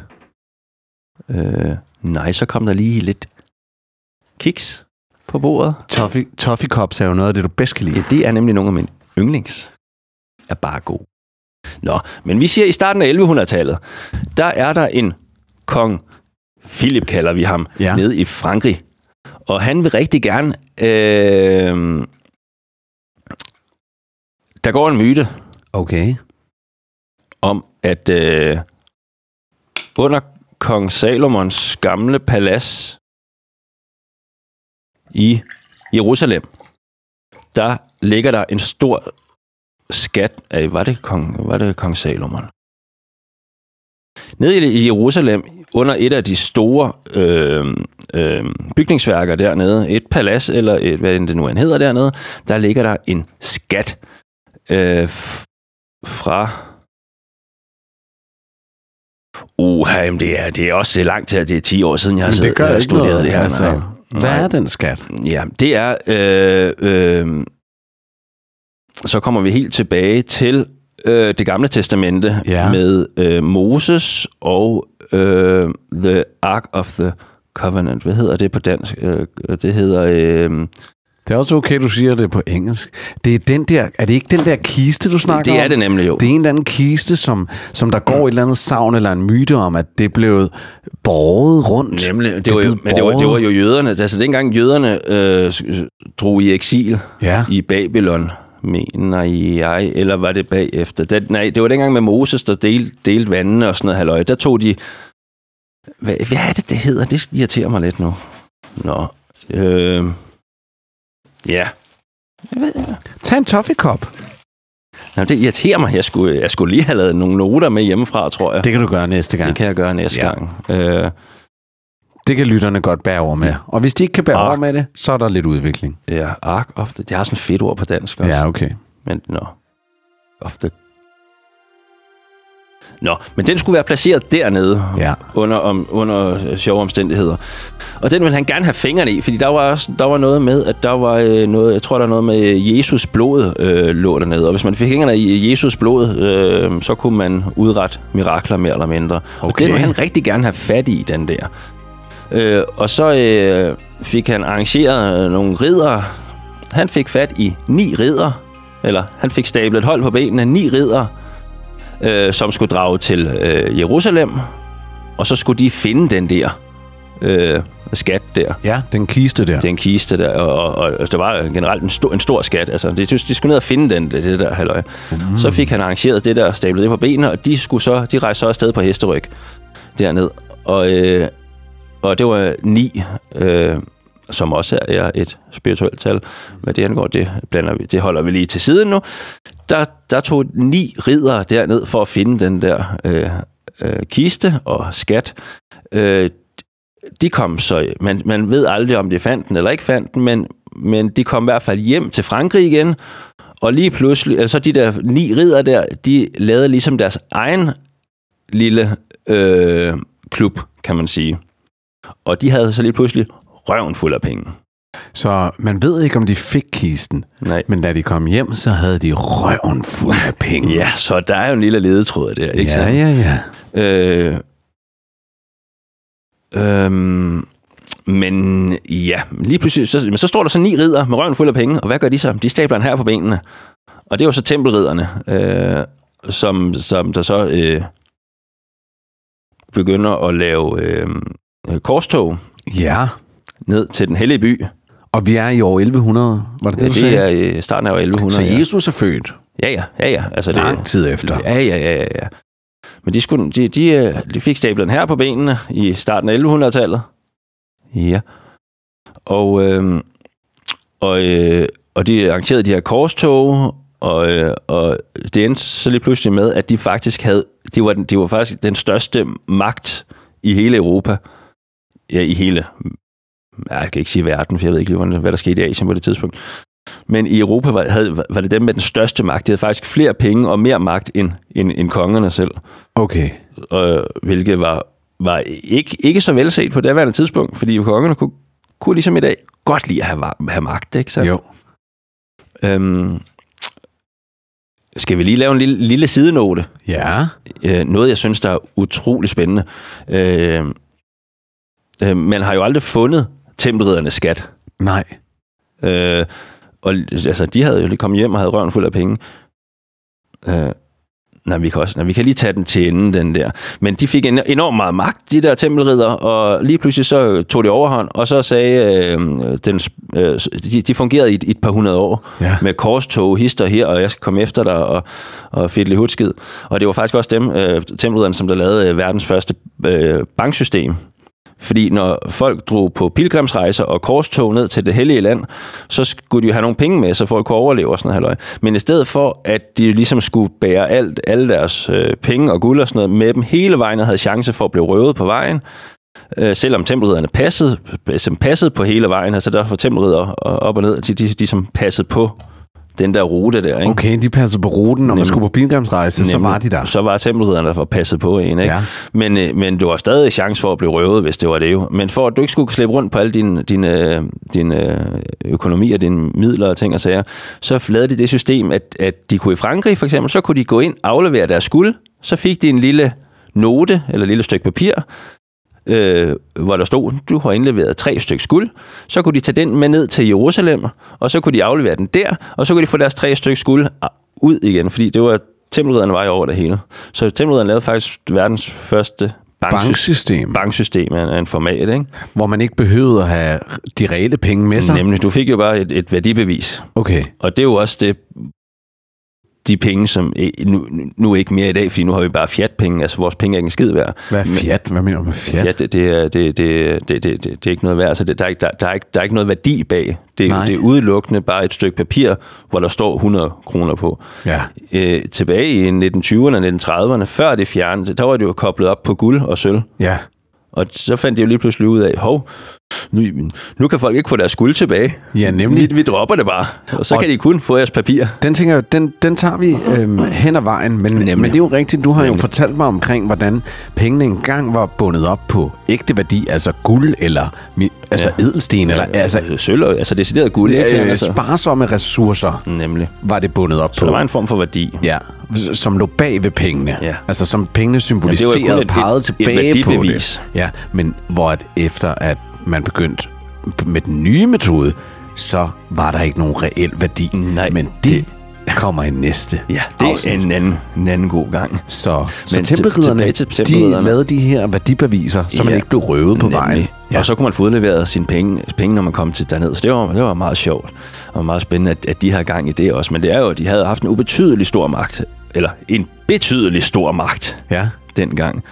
Nej, så kom der lige lidt kiks på bordet. Toffee Cups er jo noget af det, du bedst kan lide. Ja, det er nemlig nogle af mine yndlings. Er bare god. Nå, men vi siger i starten af 1100-tallet, der er der en Kong Philip, kalder vi ham, nede i Frankrig. Og han vil rigtig gerne... der går en myte. Okay. Om at under kong Salomons gamle palads i Jerusalem, der ligger der en stor skat af, var det kong Salomon? Nede i Jerusalem, under et af de store bygningsværker dernede, et palads, eller hvad det nu end hedder dernede, der ligger der en skat fra... det er også langt til, at det er 10 år siden, jeg har siddet og studeret det her. Altså, hvad er den skat? Ja, det er... så kommer vi helt tilbage til det gamle testamente med Moses og The Ark of the Covenant. Hvad hedder det på dansk? Det hedder Det er også okay, du siger det på engelsk. Det er den der, er det ikke den der kiste, du snakker om? Det er det nemlig jo. Det er en eller anden kiste, som der går et eller andet savn eller en myte om, at det blev båret rundt. Nemlig, det var jo jøderne. Altså dengang jøderne drog i eksil i Babylon, mener jeg, eller var det bagefter? Det var dengang med Moses, der delte vandene og sådan noget halløj. Der tog de... Hvad er det hedder? Det irriterer mig lidt nu. Nå. Ja. Jeg ved ikke. Tag en toffee-kop. Nå, det irriterer mig. Jeg skulle lige have lavet nogle noter med hjemmefra, tror jeg. Det kan du gøre næste gang. Det kan jeg gøre næste gang. Det kan lytterne godt bære over med. Og hvis de ikke kan bære over med det, så er der lidt udvikling. Ja, ark ofte. Det har sådan et fedt ord på dansk også. Ja, okay. Men ofte. Men den skulle være placeret dernede, under sjove omstændigheder. Og den ville han gerne have fingrene i, fordi der var noget med, at der var noget, jeg tror, der er noget med Jesus blod lå dernede. Og hvis man fik fingrene i Jesus blod, så kunne man udrette mirakler mere eller mindre. Okay. Og den ville han rigtig gerne have fat i, den der. Og så fik han arrangeret nogle riddere. Han fik fat i 9 riddere, eller han fik stablet et hold på benene, 9 riddere, som skulle drage til Jerusalem, og så skulle de finde den der skat der. Ja, den kiste der. Den kiste der, og der var generelt en stor skat. Altså, de skulle ned og finde det der halløj. Så fik han arrangeret det der, stablet det på benene, og de rejste så afsted på hesteryg derned. Og det var 9, som også er et spirituelt tal. Hvad det angår, det holder vi lige til siden nu. Der tog 9 riddere derned for at finde den der kiste og skat. De kom så... Man ved aldrig, om de fandt den eller ikke fandt den, men de kom i hvert fald hjem til Frankrig igen, og lige pludselig... Altså de der 9 riddere der, de lavede ligesom deres egen lille klub, kan man sige. Og de havde så lige pludselig røven fuld af penge. Så man ved ikke, om de fik kisten. Nej. Men da de kom hjem, så havde de røven fuld af penge. Ja, så der er jo en lille ledetråd der, ikke så? Ja. Men ja, lige pludselig, så står der så 9 riddere med røven fuld af penge, og hvad gør de så? De stabler den her på benene. Og det er jo så tempelridderne, som der så begynder at lave korstog. Ja. Ned til den hellige by. Og vi er i år 1100, var det det, du sagde? Det er i starten af år 1100. Så Jesus er født? Ja. Altså, lang tid efter. Ja. Men de fik stablen her på benene i starten af 1100-tallet. Ja. Og de arrangerede de her korstog, og det endte så lige pludselig med, at de faktisk de var faktisk den største magt i hele Europa. Ja, i hele... Jeg kan ikke sige verden, for jeg ved ikke, hvad der skete i Asien på det tidspunkt. Men i Europa var det dem med den største magt. De havde faktisk flere penge og mere magt end kongerne selv. Okay. Hvilket var ikke så velset på det daværende tidspunkt, fordi kongerne kunne ligesom i dag godt lide at have magt, ikke så? Jo. Skal vi lige lave en lille sidenote? Ja. Noget, jeg synes, der er utrolig spændende. Man har jo aldrig fundet tempelriddernes skat. Nej. Og altså, de havde jo lige kommet hjem og havde røven fuld af penge. Vi kan lige tage den til enden, den der. Men de fik enormt meget magt, de der tempelridder, og lige pludselig så tog de overhånd, og så sagde, de fungerede i et par hundrede år, med korstog, hister her, og jeg skal komme efter dig, og fedtelig hudskid. Og det var faktisk også dem, tempelridderne, som der lavede verdens første banksystem. Fordi når folk drog på pilgrimsrejser og korstog ned til det hellige land, så skulle de jo have nogle penge med, så folk kunne overleve og sådan noget halløj. Men i stedet for, at de ligesom skulle bære alle deres penge og guld og sådan noget med dem hele vejen, og havde chance for at blive røvet på vejen, selvom tempelridderne passede på hele vejen, altså der var tempelridder op og ned, de som passede på den der rute der, ikke? Okay, de passede på ruten, når man skulle på pilgrimsrejse, så var de der. Så var tempelridderne der for passet på en, ikke? Ja. Men du var stadig chance for at blive røvet, hvis det var det jo. Men for at du ikke skulle slippe rundt på alle dine økonomier, dine midler og ting og sager, så lavede de det system, at de kunne i Frankrig for eksempel, så kunne de gå ind, aflevere deres skuld, så fik de en lille note, eller et lille stykke papir, hvor der stod, du har indleveret 3 stykker guld, så kunne de tage den med ned til Jerusalem, og så kunne de aflevere den der, og så kunne de få deres 3 stykker guld ud igen, fordi det var tempelridderne var jo over det hele. Så tempelridderne lavede faktisk verdens første banksystem af en format, ikke? Hvor man ikke behøvede at have de reelle penge med sig. Nemlig, du fik jo bare et værdibevis. Okay. Og det er jo også de penge, som nu ikke mere i dag, fordi nu har vi bare fiatpenge, altså vores penge er ikke en skid værd. Hvad er fiat? Hvad mener du med fiat? Fiat, det er ikke noget værd, altså der er ikke noget værdi bag. Det er udelukkende bare et stykke papir, hvor der står 100 kroner på. Ja. Tilbage i 1920'erne og 1930'erne, før det fjernede, der var det jo koblet op på guld og sølv. Ja. Og så fandt de jo lige pludselig ud af, nu kan folk ikke få deres guld tilbage. Ja, nemlig. Vi dropper det bare, og så kan de kun få jeres papir. Den tænker jeg, den tager vi hen ad vejen, men det er jo rigtigt, du har jo fortalt mig omkring, hvordan pengene engang var bundet op på ægte værdi, altså guld eller ædelsten, eller altså sølv, altså decideret guld. Sparsomme ressourcer, nemlig, var det bundet op på. Så der var en form for værdi. Ja, som lå bag ved pengene. Ja. Altså som pengene symboliserede, pegede tilbage på det. Ja, men hvor efter at man begyndte med den nye metode, så var der ikke nogen reel værdi. Nej, men det kommer i næste afsnit. Er en anden god gang. Så tempelridderne, de lavede de her værdibeviser, så man ikke blev røvet på vejen. Ja. Og så kunne man få udleveret sine penge, når man kom til derned. Så det var meget sjovt og meget spændende, at de har gang i det også. Men det er jo, de havde haft en ubetydelig stor magt, eller en betydelig stor magt dengang.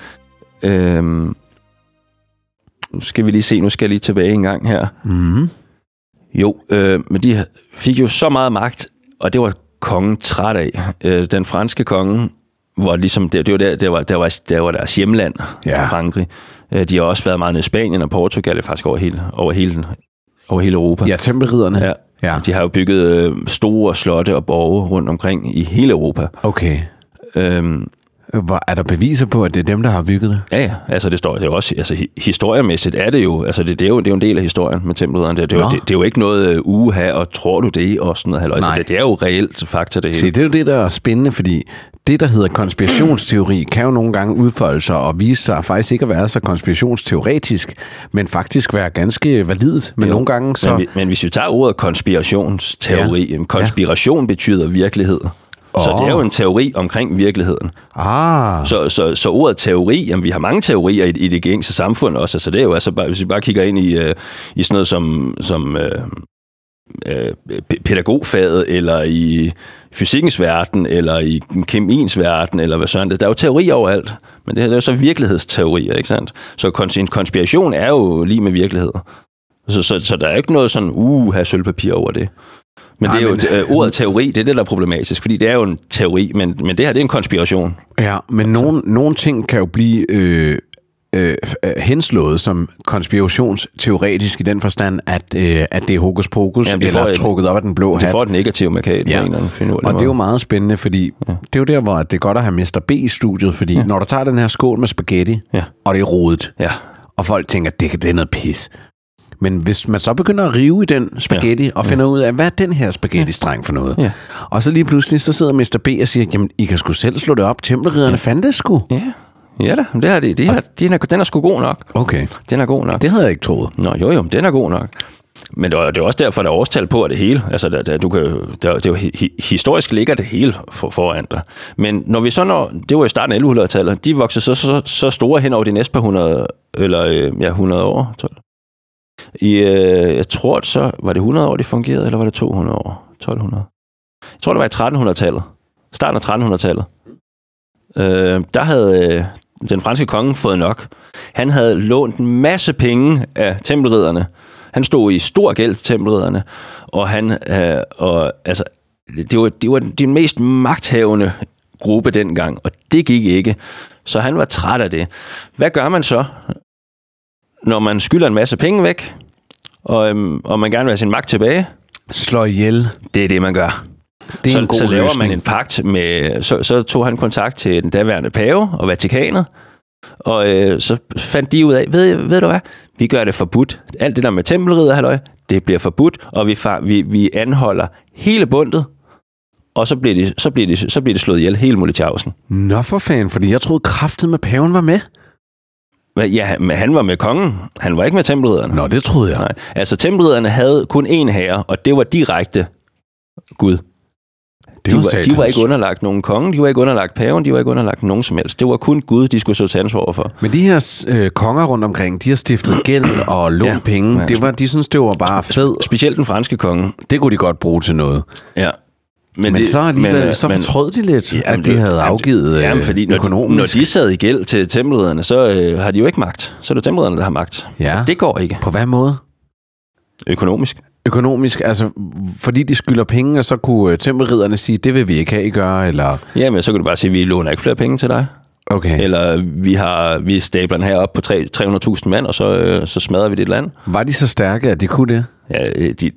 Nu skal vi lige se, nu skal jeg lige tilbage en gang her. Mm-hmm. Jo, men de fik jo så meget magt, og det var kongen træt af. Den franske konge var ligesom, det var deres hjemland, Frankrig. De har også været meget nede i Spanien og Portugal, faktisk over hele Europa. Ja, tempelridderne. Ja. De har jo bygget store slotte og borge rundt omkring i hele Europa. Okay. Er der beviser på, at det er dem, der har bygget det? Ja. Altså det står det er også, altså historiemæssigt er det jo, altså det er jo en del af historien med tempelridderne. Det er jo ikke noget uha, og tror du det og sådan noget. Altså, det er jo reelt fakta det hele. Se, det er jo det, der er spændende, fordi det, der hedder konspirationsteori, kan jo nogle gange udfolde sig og vise sig faktisk ikke at være så konspirationsteoretisk, men faktisk være ganske validt. Men nogle gange så... Men hvis vi tager ordet konspirationsteori, konspiration betyder virkelighed. Så det er jo en teori omkring virkeligheden. Så ordet teori, jamen vi har mange teorier i det gængse samfund også. Så det er jo altså bare, hvis vi bare kigger ind i sådan noget som pædagogfaget, eller i fysikkens verden, eller i kemiens verden, eller hvad sådan det. Der er jo teorier overalt, men det er jo så virkelighedsteorier, ikke sandt? Så en konspiration er jo lige med virkelighed. Så der er ikke noget sådan, have sølvpapir over det. Men det er jo ordet teori, det er det, der er problematisk, fordi det er jo en teori, men det her, det er en konspiration. Ja, men nogle ting kan jo blive henslået som konspirationsteoretisk i den forstand, at det er hokus pokus, eller trukket op af den blå hat. Det får et negativt markat på en eller anden og det er jo meget spændende, fordi det er jo der, hvor det er godt at have Mr. B i studiet, fordi når du tager den her skål med spaghetti, og det er rodet, og folk tænker, det er noget pis. Men hvis man så begynder at rive i den spaghetti og finder ud af, hvad er den her spaghetti-streng for noget? Og så lige pludselig, så sidder Mr. B og siger, jamen, I kan sgu selv slå det op. Tempelridderne fandt det sgu. Ja da, det er det. Den er sgu god nok. Okay. Den er god nok. Det havde jeg ikke troet. Nå, jo, den er god nok. Men det er også derfor, der er årstal på det hele. Altså, det er jo historisk ligger det hele foran dig. Men når vi så det var i starten af 1100-tallet, de voksede så store hen over de næste par 100 år, 12. Jeg tror, så var det 100 år, det fungerede, eller var det 200 år? 1200? Jeg tror, det var i 1300-tallet. Starten af 1300-tallet. Der havde den franske konge fået nok. Han havde lånt en masse penge af tempelridderne. Han stod i stor gæld til tempelridderne, og det var den mest magthavende gruppe dengang, og det gik ikke. Så han var træt af det. Hvad gør man så, når man skylder en masse penge væk, og man gerne vil have sin magt tilbage? Slå ihjel. Det er det, man gør. Det er en god så laver løsning. man en pagt med... Så tog han kontakt til den daværende pave og Vatikanet, og så fandt de ud af, ved du hvad? Vi gør det forbudt. Alt det der med tempelridder, halløj, det bliver forbudt, og vi anholder hele bundet, og så bliver det slået ihjel hele Molletjavsen. Nå for fanden, fordi jeg troede kraftet med paven var med. Ja, men han var med kongen. Han var ikke med tempelridderne. Nå, det troede jeg. Nej, altså tempelridderne havde kun én herre, og det var direkte Gud. De var ikke underlagt nogen konge, de var ikke underlagt paven, de var ikke underlagt nogen som helst. Det var kun Gud, de skulle så tage ansvar for. Men de her konger rundt omkring, de har stiftet gæld og lånt penge. Ja. De synes, det var bare fedt. Specielt den franske konge. Det kunne de godt bruge til noget. Ja. Men så alligevel, så fortrød de lidt, at de havde afgivet fordi økonomisk. Når de sad i gæld til tempelridderne, så har de jo ikke magt. Så er det tempelridderne, der har magt. Ja. Det går ikke. På hvad måde? Økonomisk, altså fordi de skylder penge, og så kunne tempelridderne sige, det vil vi ikke have, I gøre, eller... Jamen, så kan du bare sige, vi låner ikke flere penge til dig. Okay. Eller vi stabler den her op på 300.000 mand, og så smadrer vi dit land. Var de så stærke, at de kunne det? Ja,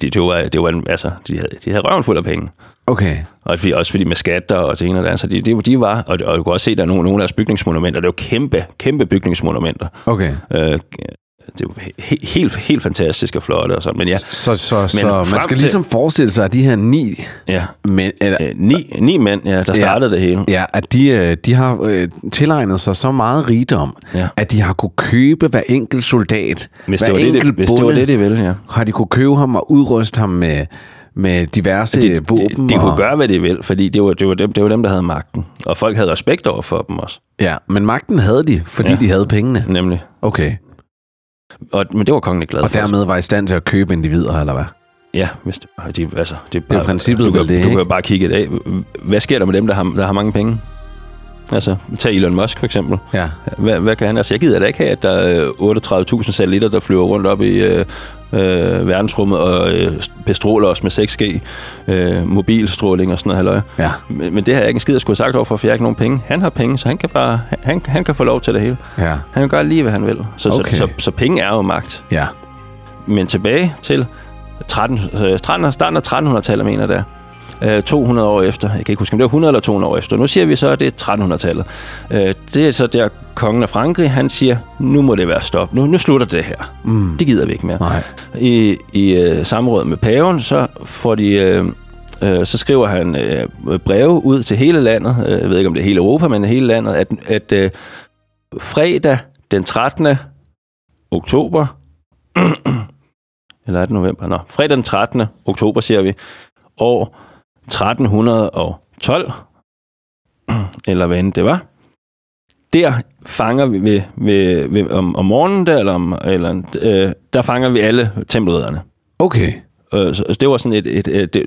de havde røven fuld af penge. Okay. Og også fordi med skatter og ting og der, så de var, og du kan også se, der er nogle af deres bygningsmonumenter, det er jo kæmpe bygningsmonumenter. Okay. Det var helt fantastisk og flot og sådan, men ja. Så man skal ligesom forestille sig, at de her 9 mænd, eller 9 mænd, der startede det hele. Ja, at de har tilegnet sig så meget rigdom, at de har kunne købe hver enkelt soldat, hvis det var det, de ville, ja. Har de kunne købe ham og udruste ham med diverse våben. De kunne gøre, hvad de ville, fordi det var dem, der havde magten. Og folk havde respekt over for dem også. Ja, men magten havde de, fordi de havde pengene. Nemlig. Okay. Men det var kongen ikke glad for. Og dermed var i stand til at købe individer, eller hvad? Ja, hvis det er bare, princippet du kan jo bare kigge i dag. Hvad sker der med dem, der har mange penge? Altså, tag Elon Musk for eksempel. Ja. Hvad kan han? Altså, jeg gider da ikke have, at der er 38.000 satellitter, der flyver rundt op i verdensrummet og bestråler os med 6G, mobilstråling og sådan noget halløj. Ja. Men det har jeg ikke en skid at skulle have sagt overfor, for jeg har ikke nogen penge. Han har penge, så han kan bare han kan få lov til det hele. Ja. Han kan gøre lige, hvad han vil. Så penge er jo magt. Ja. Men tilbage til starten af 1300-tallet, mener der. 200 år efter. Jeg kan ikke huske, om det var 100 eller 200 år efter. Nu siger vi så, at det er 1300-tallet. Det er så der kongen af Frankrig, han siger, nu må det være stop. Nu slutter det her. Det gider vi ikke mere. Nej. I samråd med paven, så får de... så skriver han breve ud til hele landet. Jeg ved ikke, om det er hele Europa, men hele landet. At fredag den 13. oktober... eller er det november? Nå, fredag den 13. oktober, siger vi. År 1312, eller hvad end det var. Der fanger vi om morgenen, der fanger vi alle tempelridderne. Okay. Så det var sådan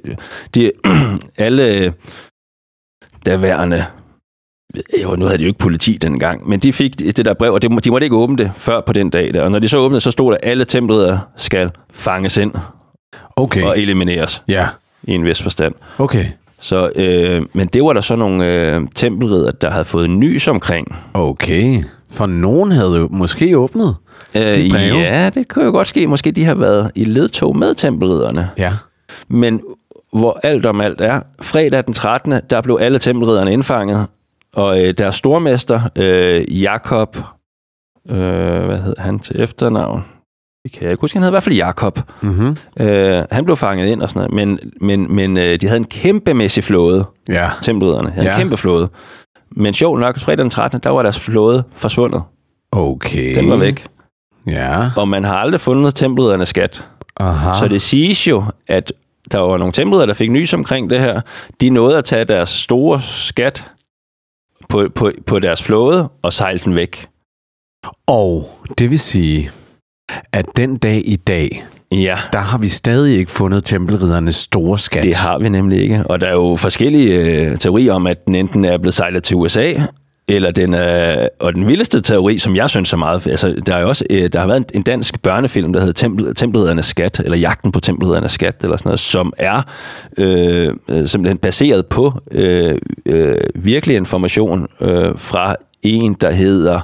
alle derværende, nu havde de jo ikke politi dengang, men de fik det der brev, og de måtte ikke åbne det før på den dag der. Og når de så åbnede, så stod der, at alle tempelriddere skal fanges ind og elimineres. Ja. I en vis forstand. Okay. Så, men det var der så nogle tempelridder, der havde fået nys omkring. Okay. For nogen havde jo måske åbnet de breve. Ja, det kunne jo godt ske. Måske de har været i ledtog med tempelridderne. Ja. Men hvor alt om alt er, fredag den 13. der blev alle tempelridderne indfanget, og deres stormester, Jakob, hvad hed han til efternavn? Det kan jeg ikke huske. Han hed i hvert fald Jakob. Mm-hmm. Han blev fanget ind og sådan noget. Men de havde en kæmpemæssig flåde. Ja. Tempelridderne havde en kæmpe flåde. Men sjovt nok, fredag den 13. der var deres flåde forsvundet. Okay. Den var væk. Ja. Og man har aldrig fundet tempelriddernes skat. Aha. Så det siges jo, at der var nogle tempelridder, der fik nys omkring det her. De nåede at tage deres store skat på deres flåde og sejle den væk. Og det vil sige, at den dag i dag, der har vi stadig ikke fundet tempelriddernes store skat. Det har vi nemlig ikke. Og der er jo forskellige teorier om, at den enten er blevet sejlet til USA, eller den vildeste teori, som jeg synes er meget... Altså, der har været en dansk børnefilm, der hedder Tempelriddernes skat, eller Jagten på Tempelriddernes skat, eller sådan noget, som er simpelthen baseret på virkelig information fra en, der hedder...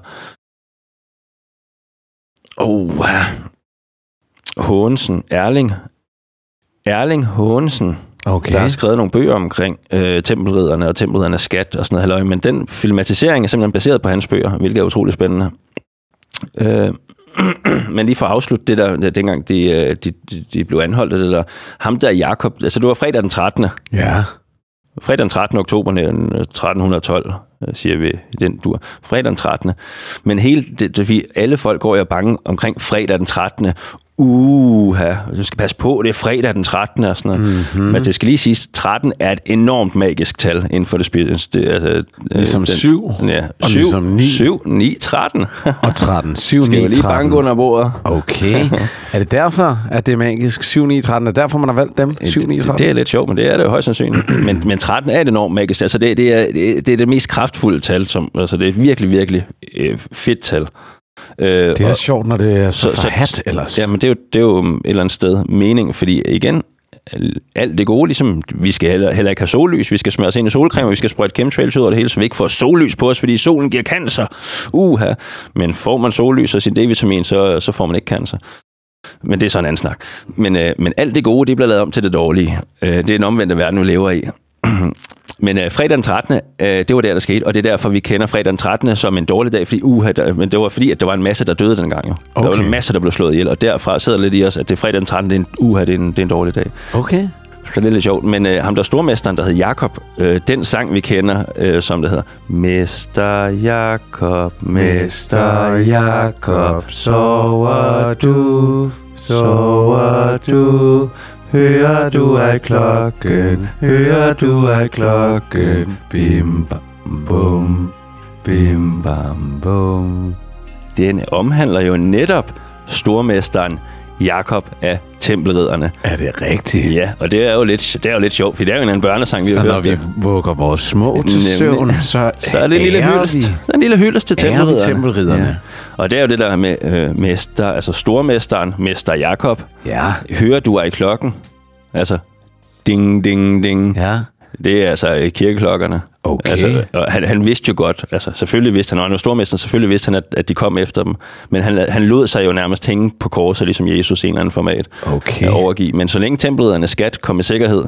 Hågensen, Erling Hågensen, der har skrevet nogle bøger omkring tempelridderne og tempelriddernes skat og sådan noget halløj, men den filmatisering er simpelthen baseret på hans bøger, hvilket er utroligt spændende. Men lige for at afslutte det der, dengang de blev anholdt, eller ham der Jakob, altså det var fredag den 13. Ja. Fredag den 13. oktober 1312. siger vi i den dur. Fredag den 13. Men hele det, alle folk går jo bange omkring fredag den 13. Du skal passe på, det er fredag den 13. og sådan noget. Mm-hmm. Men det skal lige siges, 13 er et enormt magisk tal inden for det spil. Altså, ligesom 7, ja, og 7, ligesom 9. 7, 9, 13. Og 13, 7, 9, 13. Skal vi lige banke under bordet? Okay. Er det derfor, at det er magisk 7, 9, 13? Er det derfor, man har valgt dem? 7, 9, 13? Det er lidt sjovt, men det er det jo højst sandsynligt. men 13 er et enormt magisk. Altså, det er det mest kraftfulde tal. Altså, det er et virkelig, virkelig fedt tal. Det er sjovt, når det er så forhat ellers. Ja, men det er jo et eller andet sted mening, fordi igen, alt det gode, ligesom vi skal heller ikke have sollys, vi skal smøre os ind i solcreme, vi skal sprøjte chemtrails ud over det hele, så vi ikke får sollys på os, fordi solen giver cancer. Men får man sollys og sin D-vitamin, så får man ikke cancer. Men det er sådan en anden snak. Men alt det gode, det bliver lavet om til det dårlige. Det er en omvendte verden, vi lever i. Men fredag den 13. Det var der skete, og det er derfor, vi kender fredag den 13. som en dårlig dag, fordi men det var fordi, at der var en masse, der døde dengang. Jo. Okay. Der var en masse, der blev slået ihjel, og derfra sidder lidt i os, at det er fredag den 13. det er en dårlig dag. Okay. Så det er lidt sjovt. Men ham der stormesteren, der hed Jakob, den sang, vi kender, som det hedder. Mester Jakob, Mester Jakob, sover du, hører du af klokken, bim bam bum, bim bam bum. Den omhandler jo netop stormesteren Jakob af Tempelridderne. Er det rigtigt? Ja, og det er jo lidt sjovt, for det er jo en anden børnesang, vi har hørt. Så når vi vugger vores små til søvn, så er det en lille hyldest til Tempelridderne. Ja. Og det er jo det der med mester, altså stormesteren, Mester Jakob. Ja. Hører du af klokken? Altså, ding, ding, ding. Ja. Det er altså kirkeklokkerne. Okay. Altså, han vidste jo godt, altså selvfølgelig vidste han var stormester, selvfølgelig vidste han, at de kom efter dem. Men han lod sig jo nærmest hænge på korset, ligesom Jesus i en eller anden format at overgive. Men så længe Tempelriddernes skat kom i sikkerhed,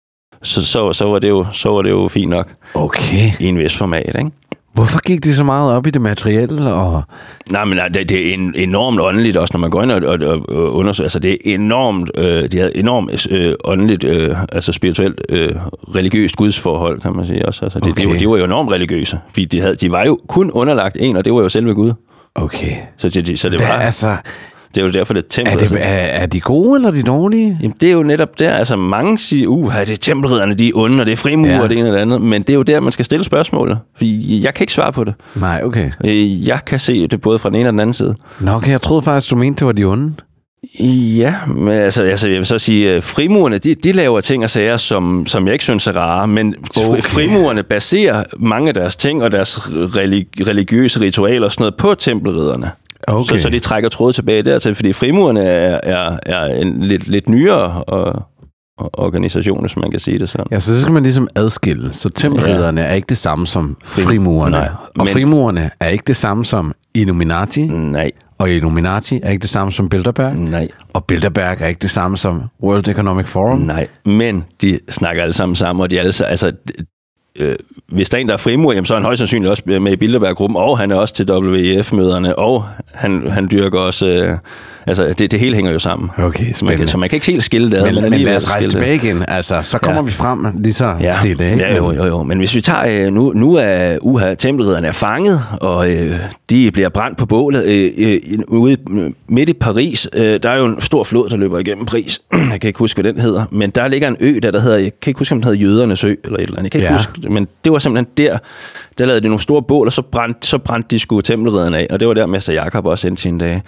så var det jo fint nok. Okay. I en vis format, ikke? Hvorfor gik de så meget op i det materielle? Nej, men det er enormt åndeligt også, når man går ind og undersøger. Altså, det er enormt, de havde enormt åndeligt, altså spirituelt, religiøst gudsforhold, kan man sige også. Altså, de var jo enormt religiøse, fordi de var jo kun underlagt en, og det var jo selve Gud. Okay. Så det var... Altså... Det er jo derfor, det er templet. Er de gode, eller er de dårlige? Jamen, det er jo netop der. Altså, mange siger, det er tempelridderne, de er onde, og det er frimurer, og det ene eller andet. Men det er jo der, man skal stille spørgsmålet. Fordi jeg kan ikke svare på det. Nej, okay. Jeg kan se det både fra den ene og den anden side. Nå, okay. Jeg troede faktisk, du mente, det var de onde. Ja, men altså jeg vil så sige, frimurerne, de laver ting og sager, som jeg ikke synes er rare, men frimurerne baserer mange af deres ting og deres religiøse ritualer og sådan noget på tempelridderne. Okay. Så de trækker tråd tilbage dertil, fordi frimurerne er en lidt nyere organisation, som man kan sige det sådan. Ja, så skal man ligesom adskille. Så tempelridderne er ikke det samme som frimurerne. Nej, og frimurerne er ikke det samme som Illuminati. Nej. Og Illuminati er ikke det samme som Bilderberg. Nej. Og Bilderberg er ikke det samme som World Economic Forum. Nej, men de snakker alle sammen, og de alle altså hvis der er en, der er frimur, jamen, så er han højst sandsynligt også med i Bilderberg-gruppen, og han er også til WEF-møderne, og han dyrker også... altså, det hele hænger jo sammen. Okay, spændende. Så man kan ikke helt skille det. Men lad os rejse tilbage igen. Altså, så kommer vi frem lige så stille. Ikke? Ja, jo. Men hvis vi tager... Nu er Tempelridderne fanget, og de bliver brændt på bålet. Ude midt i Paris, der er jo en stor flod, der løber igennem Paris. Jeg kan ikke huske, hvad den hedder. Men der ligger en ø, der hedder... Jeg kan ikke huske, om den hedder Jødernes Ø, eller et eller andet. Jeg kan ikke huske, men det var simpelthen der lavede de nogle store bål, og så brændte de sgu Tempelridderne af. Og det var der, Mester Jakob også endte sine dage.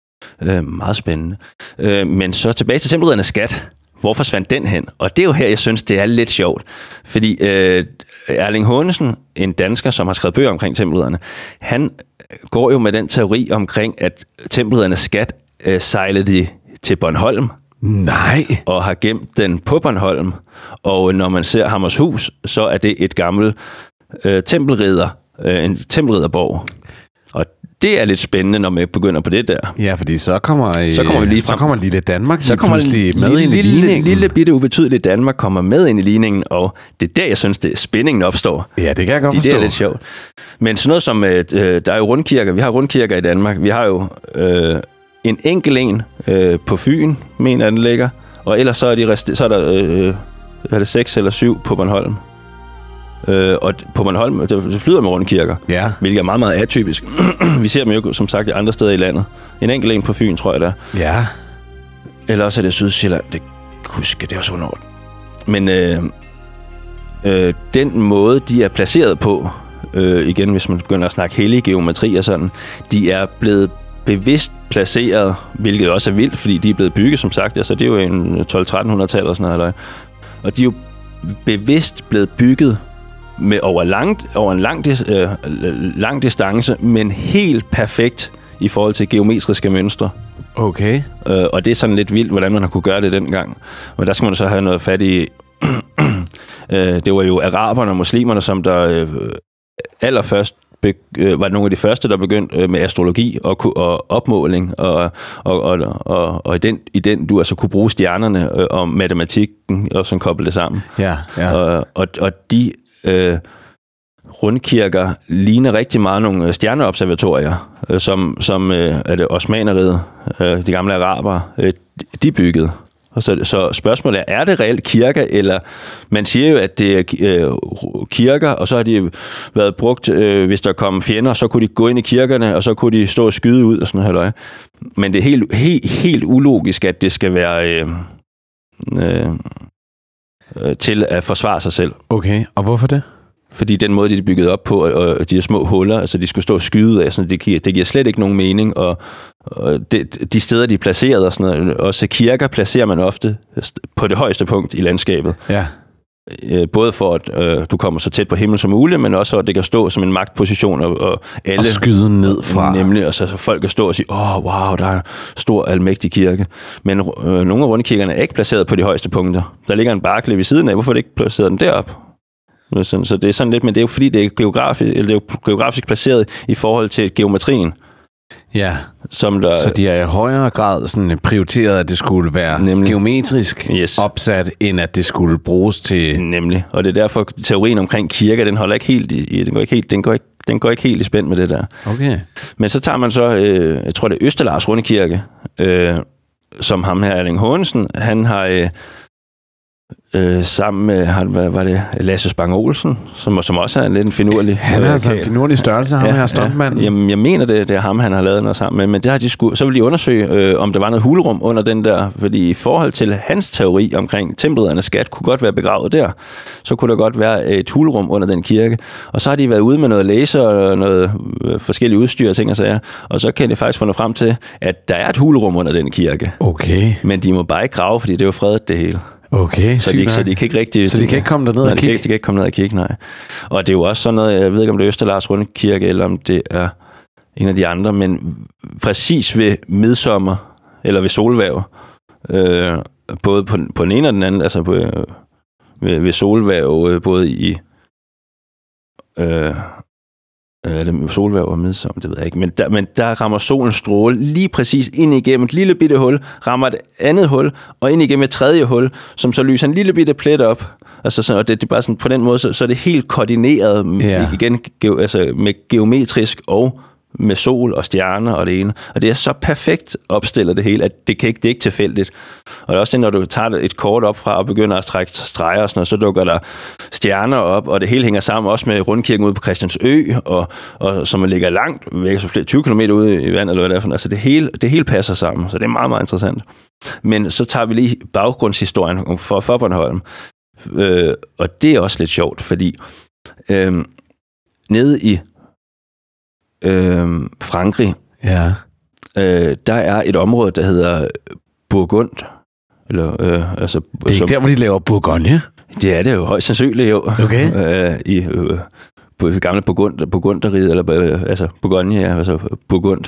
Meget spændende. Men så tilbage til Tempelriddernes skat. Hvor forsvandt den hen? Og det er jo her, jeg synes, det er lidt sjovt. Fordi Erling Hånesen, en dansker, som har skrevet bøger omkring Tempelridderne, han går jo med den teori omkring, at Tempelriddernes skat sejlede de til Bornholm. Nej. Og har gemt den på Bornholm. Og når man ser Hammershus, så er det et gammelt en tempelridderborg. Og det er lidt spændende, når man begynder på det der. Ja, fordi så kommer lille Danmark pludselig med ind i ligningen. Lille bitte ubetydeligt Danmark kommer med ind i ligningen, og det er der, jeg synes, spændingen opstår. Ja, det kan jeg godt forstå. Det er lidt sjovt. Men sådan noget som, der er jo rundkirker. Vi har rundkirker i Danmark. Vi har jo en enkelt en på Fyn, mener den ligger. Og ellers så er der 6 eller 7 på Bornholm. Og på Bornholm, det flyder med rundkirker, hvilket er meget, meget atypisk. Vi ser dem jo, som sagt, andre steder i landet. En enkelt en på Fyn, tror jeg, der. Ja. Eller også er det Sydsjælland. Det husker det også under. Men den måde, de er placeret på, igen, hvis man begynder at snakke hellig geometri og sådan, de er blevet bevidst placeret, hvilket også er vildt, fordi de er blevet bygget, som sagt. Altså, det er jo en 1200-1300-tal og sådan noget. Og de er jo bevidst blevet bygget med over en lang distance, men helt perfekt i forhold til geometriske mønstre. Okay. Og det er sådan lidt vildt, hvordan man har kunne gøre det dengang. Men der skal man så have noget fat i. Det var jo araberne og muslimerne, som der allerførst var nogle af de første, der begyndte med astrologi og opmåling, og i den du altså kunne bruge stjernerne og matematikken og sådan koble det sammen. Ja. Og de rundkirker ligner rigtig meget nogle stjerneobservatorier, som er det Osmaneriget, de gamle arabere, de byggede. Så spørgsmålet er det reelt kirker, eller man siger jo, at det er kirker, og så har de været brugt, hvis der kom fjender, så kunne de gå ind i kirkerne, og så kunne de stå og skyde ud og sådan noget. Men det er helt ulogisk, at det skal være til at forsvare sig selv. Okay, og hvorfor det? Fordi den måde, de er bygget op på, og de her små huller, altså de skulle stå og skyde af, sådan, det giver slet ikke nogen mening, og de steder, de er placeret, og sådan noget, også kirker placerer man ofte på det højeste punkt i landskabet. Ja. Både for, at du kommer så tæt på himmel som muligt, men også for, at det kan stå som en magtposition, og alle... Og skyde ned fra. Nemlig, og så folk kan stå og sige, wow, der er en stor, almægtig kirke. Men nogle af rundkirkerne er ikke placeret på de højeste punkter. Der ligger en barkle ved siden af, hvorfor er det ikke placeret den derop? Så det er sådan lidt, men det er jo fordi, det er geografisk placeret i forhold til geometrien. Ja, så de er i højere grad sådan prioriteret, at det skulle være geometrisk opsat, end at det skulle bruges til... Nemlig, og det er derfor, teorien omkring kirker, den holder ikke helt den går ikke helt i spænd med det der. Okay. Men så tager man så, jeg tror det er Østerlars Rundkirke, som ham her, Erling Hågensen, han har... sammen med, var det Lasse Spang Olsen, som også er lidt en finurlig... Han er altså en finurlig størrelse, ham her stuntmanden. Jamen, jeg mener, det er ham, han har lavet noget sammen med, men det har de så vil de undersøge, om der var noget hulrum under den der, fordi i forhold til hans teori omkring tempelriddernes skat, kunne godt være begravet der, så kunne der godt være et hulrum under den kirke, og så har de været ude med noget laser og noget forskellige udstyr og ting og sager, og så kan de faktisk fundet frem til, at der er et hulrum under den kirke. Okay. Men de må bare ikke grave, fordi det er jo fredet det hele. Okay, så de kan ikke rigtig... Så de kan ikke komme derned og kigge? De kan ikke komme ned og kigge, nej. Og det er jo også sådan noget, jeg ved ikke, om det er Østerlars Rundkirke, eller om det er en af de andre, men præcis ved midsommer, eller ved solværv, både på den ene og den anden, altså ved solværv, både i... det solværv og midsommer, det ved jeg ikke. Men der rammer solens stråle lige præcis ind igennem et lille bitte hul, rammer et andet hul, og ind igennem et tredje hul, som så lyser en lille bitte plet op. Altså sådan, og det er bare sådan, på den måde, så er det helt koordineret igen, altså med geometrisk og med sol og stjerner og det ene. Og det er så perfekt opstillet det hele, at det er ikke tilfældigt. Og det er også det, når du tager et kort op fra og begynder at trække streger og sådan noget, så dukker der stjerner op, og det hele hænger sammen også med rundkirken ude på Christiansø, og som ligger langt væk, så flere 20 km ude i vandet, eller hvad det er for. Altså det hele passer sammen, så det er meget, meget interessant. Men så tager vi lige baggrundshistorien for Bornholm. Og det er også lidt sjovt, fordi nede i Frankrig, der er et område, der hedder Burgund. Eller, altså, det er ikke der, hvor de laver Bourgogne? Det er det jo højst sandsynligt, jo. Okay. På det gamle Burgunderiet, eller altså Bourgogne, ja, altså Burgund.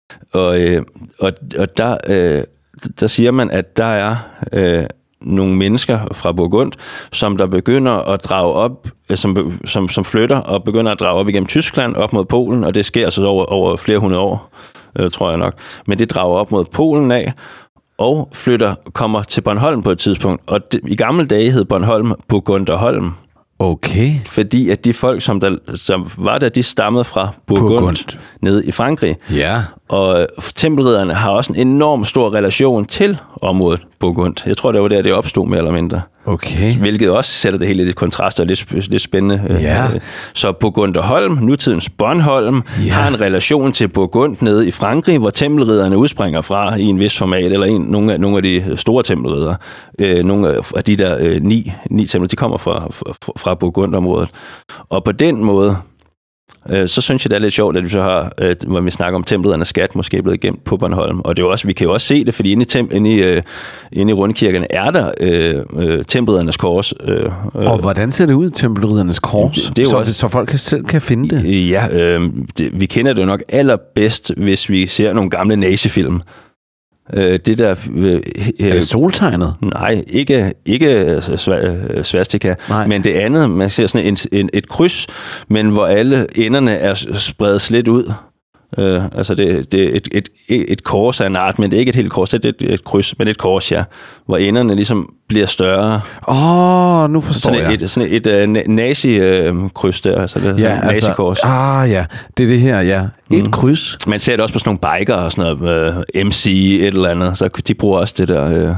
Og der siger man, at der er nogle mennesker fra Burgund, som der begynder at drage op, som flytter og begynder at drage op igennem Tyskland, op mod Polen, og det sker altså over flere hundrede år, tror jeg nok. Men det drager op mod Polen af, og kommer til Bornholm på et tidspunkt. Og i gamle dage hed Bornholm Burgunderholm. Okay. Fordi at de folk, som var der, de stammede fra Burgund nede i Frankrig. Ja. Og tempelridderne har også en enorm stor relation til området Burgund. Jeg tror, det var der, det opstod mere eller mindre. Okay. Hvilket også sætter det hele lidt i kontrast og lidt spændende. Ja. Så Burgunderholm, nutidens Bornholm, har en relation til Burgund nede i Frankrig, hvor tempelridderne udspringer fra i en vis format, eller nogle af de store tempelridder. Nogle af de der ni templer, de kommer fra Burgundområdet. Og på den måde, så synes jeg, det er lidt sjovt, at vi så har, hvor vi snakker om tempelriddernes skat, måske blevet gemt på Bornholm. Og det er også, vi kan jo også se det, fordi inde i rundkirkerne er der tempelriddernes kors. Og hvordan ser det ud, tempelriddernes kors? Det er også, så folk selv kan finde det? Ja, vi kender det jo nok allerbedst, hvis vi ser nogle gamle nazifilm. Det der... er det soltegnet? Nej, ikke svastika, men det andet, man ser sådan et kryds, men hvor alle enderne er spredt lidt ud. Altså det er et kors af en art, men det er ikke et helt kors, det er et kryds, men et kors, ja, hvor enderne ligesom bliver større. Nu forstår jeg. Sådan et nazi-kryds der, altså det nazi-kors. Ja, det er det her, ja. Et kryds. Man ser det også på sådan nogle biker og sådan noget, MC et eller andet, så de bruger også det der...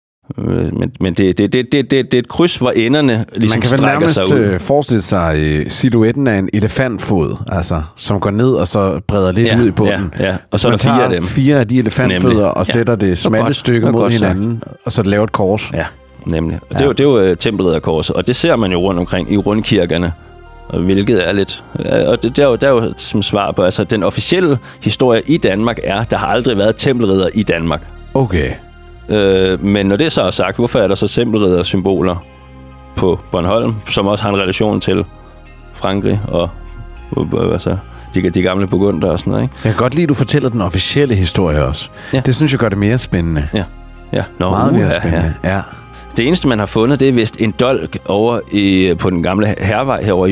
Men det er et kryds, hvor enderne ligesom strækker sig ud. Man kan vel nærmest forestille sig silhuetten af en elefantfod, altså, som går ned og så breder lidt ud i bunden. Ja. Og så er der 4 af dem. 4 af de elefantfødder og sætter det smalle stykke mod hinanden, og så laver et kors. Ja, nemlig. Og det er jo tempelridderkorset, og det ser man jo rundt omkring i rundkirkerne. Hvilket er lidt... Og det er jo som svar på, altså den officielle historie i Danmark er, der har aldrig været tempelridder i Danmark. Okay. Men når det så er sagt, hvorfor er der så tempelridder-symboler på Bornholm, som også har en relation til Frankrig og altså, de gamle burgunder og sådan noget, ikke? Jeg kan godt lide, at du fortæller den officielle historie også. Ja. Det synes jeg gør det mere spændende. Ja. Meget mere spændende, ja. Det eneste, man har fundet, det er vist en dolk over på den gamle Hærvej herovre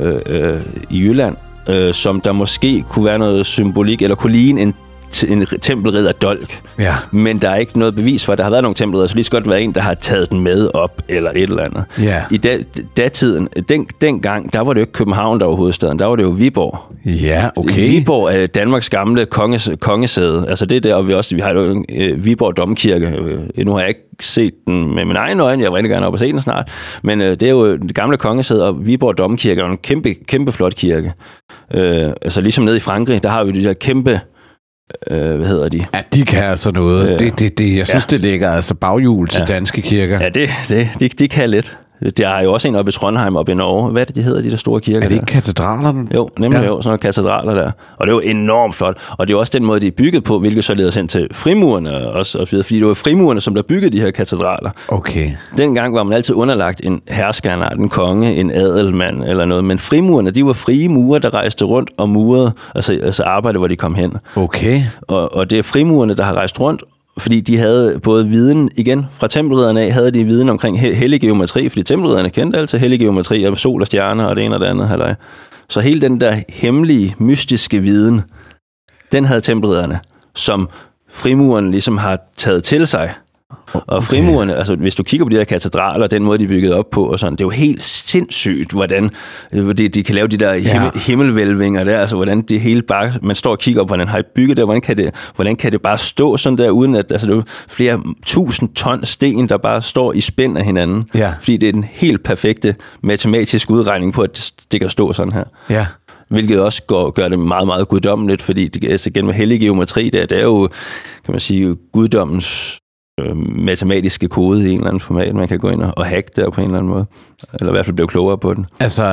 i Jylland, som der måske kunne være noget symbolik, eller kunne ligne en tempelridderdolk. Ja. Men der er ikke noget bevis for, at der har været nogle tempelridder, så lige så godt være en, der har taget den med op, eller et eller andet. Ja. I datiden, dengang, der var det jo ikke København, der var hovedstaden, der var det jo Viborg. Ja, okay. Viborg er Danmarks gamle kongesæde. Altså det er der, og vi har jo Viborg Domkirke. Nu har jeg ikke set den med mine egne øjne, jeg vil rigtig gerne op og se den snart, men det er jo det gamle kongesæde, og Viborg Domkirke er en kæmpe flot kirke. Altså ligesom nede i Frankrig, der har vi de der kæmpe hvad hedder de? Ja, de kan altså noget. Jeg synes, det ligger altså baghjul til danske kirker. Ja, de kan lidt. Der er jo også en oppe i Trondheim, oppe i Norge. Hvad er det, de hedder, de der store kirker? Er det ikke katedralerne? Jo, nemlig sådan nogle katedraler der. Og det er jo enormt flot. Og det er også den måde, de er bygget på, hvilket så leder os hen til frimurerne også videre. Fordi det var frimurerne, som der byggede de her katedraler. Okay. Dengang var man altid underlagt en hersker, en konge, en adelmand eller noget. Men frimurerne, de var frie murer, der rejste rundt og murede, altså arbejde, hvor de kom hen. Okay. Og det er frimurerne, der har rejst rundt, fordi de havde både viden, igen fra tempelridderne af, havde de viden omkring hellig geometri, fordi tempelridderne kendte altid hellig geometri, og sol og stjerner og det ene og det andet. Halløj. Så hele den der hemmelige, mystiske viden, den havde tempelridderne, som frimurerne ligesom har taget til sig. Og frimurerne, altså hvis du kigger på de her katedraler, den måde, de er bygget op på, og sådan, det er jo helt sindssygt, hvordan de kan lave de der himmelvælvinger der, altså hvordan det hele bare, man står og kigger op, hvordan har de bygget det, hvordan kan det bare stå sådan der, uden at, altså det er flere 1000 ton sten, der bare står i spænd af hinanden, fordi det er den helt perfekte matematiske udregning på, at det kan stå sådan her. Ja. Hvilket også gør det meget, meget guddommeligt, fordi det, altså igen med hellig geometri, det er jo, kan man sige, guddommens matematiske kode i en eller anden format, man kan gå ind og hacke der på en eller anden måde, eller i hvert fald blive klogere på den. Altså,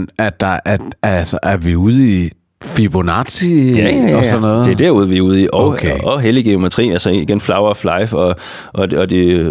er vi ude i Fibonacci og sådan noget? Det er derude, vi er ude i, og hellig geometri, altså igen Flower of Life, og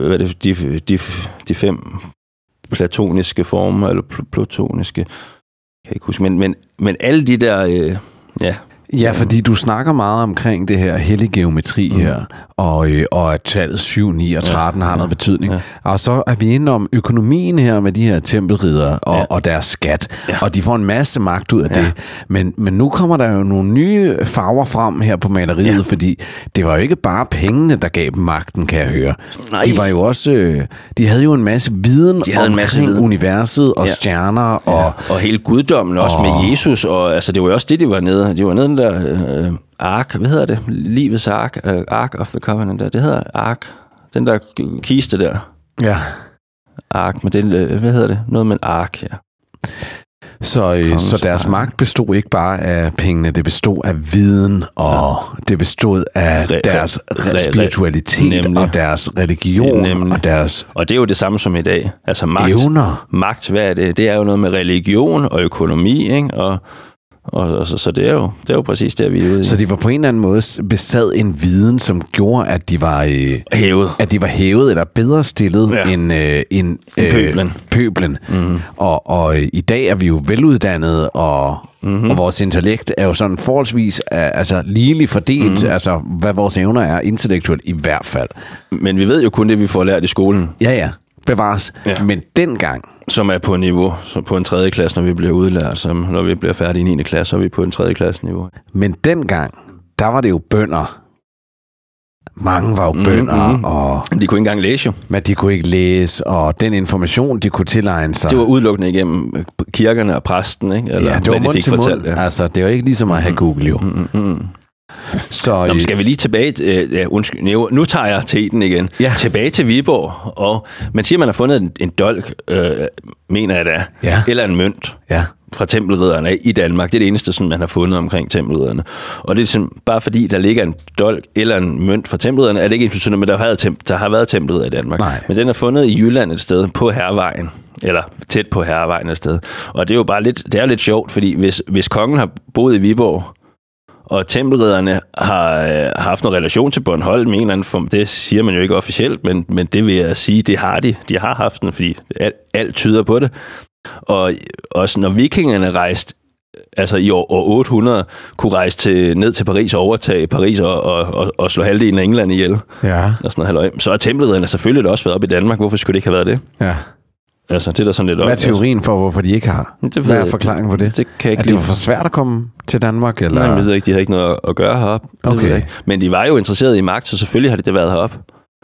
de 5 platoniske former, eller plutoniske, kan jeg ikke huske, men alle de der, Ja, fordi du snakker meget omkring det her hellig geometri her, og at tallet 7, 9 og 13 har noget betydning. Ja. Og så er vi inde om økonomien her med de her tempelriddere og deres skat, og de får en masse magt ud af det. Men nu kommer der jo nogle nye farver frem her på maleriet, fordi det var jo ikke bare pengene, der gav dem magten, kan jeg høre. Nej. De var jo også, de havde jo en masse viden omkring universet og stjerner. Og hele guddommen også med Jesus, og altså det var jo også det, de var nede. De var nede den der ark, hvad hedder det? Livets ark, Ark of the Covenant, det hedder ark. Den der kiste der. Ja. ark, men det, hvad hedder det? Noget med en ark, ja. Så deres magt bestod ikke bare af pengene, det bestod af viden, og det bestod af deres spiritualitet, og deres religion, og deres og det er jo det samme som i dag. Altså evner. Magt, hvad er det? Det er jo noget med religion og økonomi, ikke? Og så det er jo præcis det, vi er ude i. Så de var på en eller anden måde besad en viden, som gjorde, at de var hævet. At de var hævet eller bedre stillet end pøblen. Mm-hmm. Og i dag er vi jo veluddannede, og vores intellekt er jo sådan forholdsvis ligeligt fordelt, altså hvad vores evner er intellektuelt i hvert fald. Men vi ved jo kun det, vi får lært i skolen. Ja. Bevares. Ja. Men dengang... Som er på niveau, så på en 3. klasse, når vi bliver udlært, som når vi bliver færdige i 9. klasse, så er vi på en 3. klasse niveau. Men dengang, der var det jo bønder. Mange var jo bønder, og... De kunne ikke engang læse jo. Men de kunne ikke læse, og den information, de kunne tilegne sig... Det var udelukkende igennem kirkerne og præsten, ikke? Eller, det var mund til mund. Ja. Altså, det var ikke ligesom at have Google jo. Så, skal vi lige tilbage... nu tager jeg teten igen. Ja. Tilbage til Viborg. Og man siger, man har fundet en dolk, mener jeg da. Ja. Eller en mønt. Ja. Fra tempelridderne i Danmark. Det er det eneste, sådan, man har fundet omkring tempelridderne. Og det er sådan, bare fordi der ligger en dolk eller en mønt fra tempelridderne, er det ikke interessant, men der har været tempelridder i Danmark. Nej. Men den er fundet i Jylland et sted på Herrevejen. Eller tæt på Herrevejen et sted. Og det er jo bare lidt sjovt, fordi hvis kongen har boet i Viborg, og tempelridderne har haft en relation til Bornholm med en eller anden form. Det siger man jo ikke officielt, men det vil jeg sige, det har de. De har haft den, fordi alt tyder på det. Og også når vikingerne rejste, altså i år 800, kunne rejse ned til Paris og overtage Paris og slå halvdelen af England ihjel. Ja. Og sådan noget, så har tempelridderne selvfølgelig også været op i Danmark. Hvorfor skulle det ikke have været det? Ja. Altså, det er der sådan lidt Hvad er teorien for, hvorfor de ikke har? Hvad er forklaringen på det? Det kan ikke det var for svært at komme til Danmark? Eller? Nej, jeg ved ikke. De har ikke noget at gøre heroppe. Okay. Men de var jo interesserede i magt, så selvfølgelig har det været heroppe.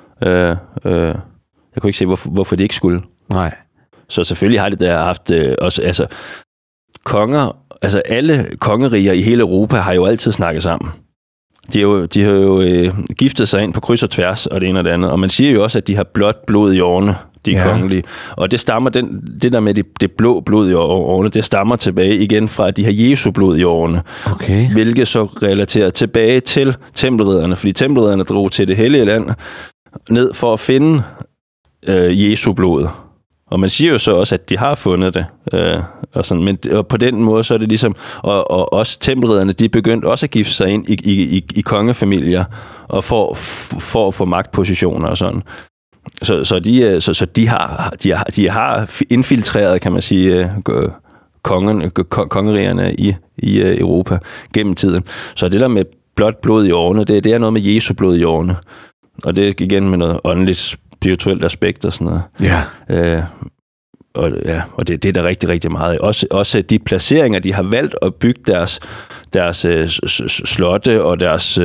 Jeg kunne ikke se, hvorfor de ikke skulle. Nej. Så selvfølgelig har det der haft også, altså konger, altså alle kongeriger i hele Europa har jo altid snakket sammen. De har jo giftet sig ind på kryds og tværs, og det ene og det andet. Og man siger jo også, at de har blåt blod i årene, de kongelige. Og det stammer, det der med det blå blod i årene, det stammer tilbage igen fra, at de har Jesu blod i årene. Okay. Hvilket så relaterer tilbage til tempelridderne, fordi tempelridderne drog til det hellige land ned for at finde Jesu blod. Og man siger jo så også, at de har fundet det. Men på den måde, så er det ligesom... Og også tempelridderne, de begyndte også at gifte sig ind i kongefamilier, og for at få magtpositioner og sådan. Så de har infiltreret, kan man sige, kongerigerne i Europa gennem tiden. Så det der med blåt blod i årene, det er noget med Jesu blod i årene. Og det er igen med noget åndeligt spirituelt aspekt og sådan noget. Ja. Og det er der rigtig, rigtig meget. Også de placeringer, de har valgt at bygge deres slotte og deres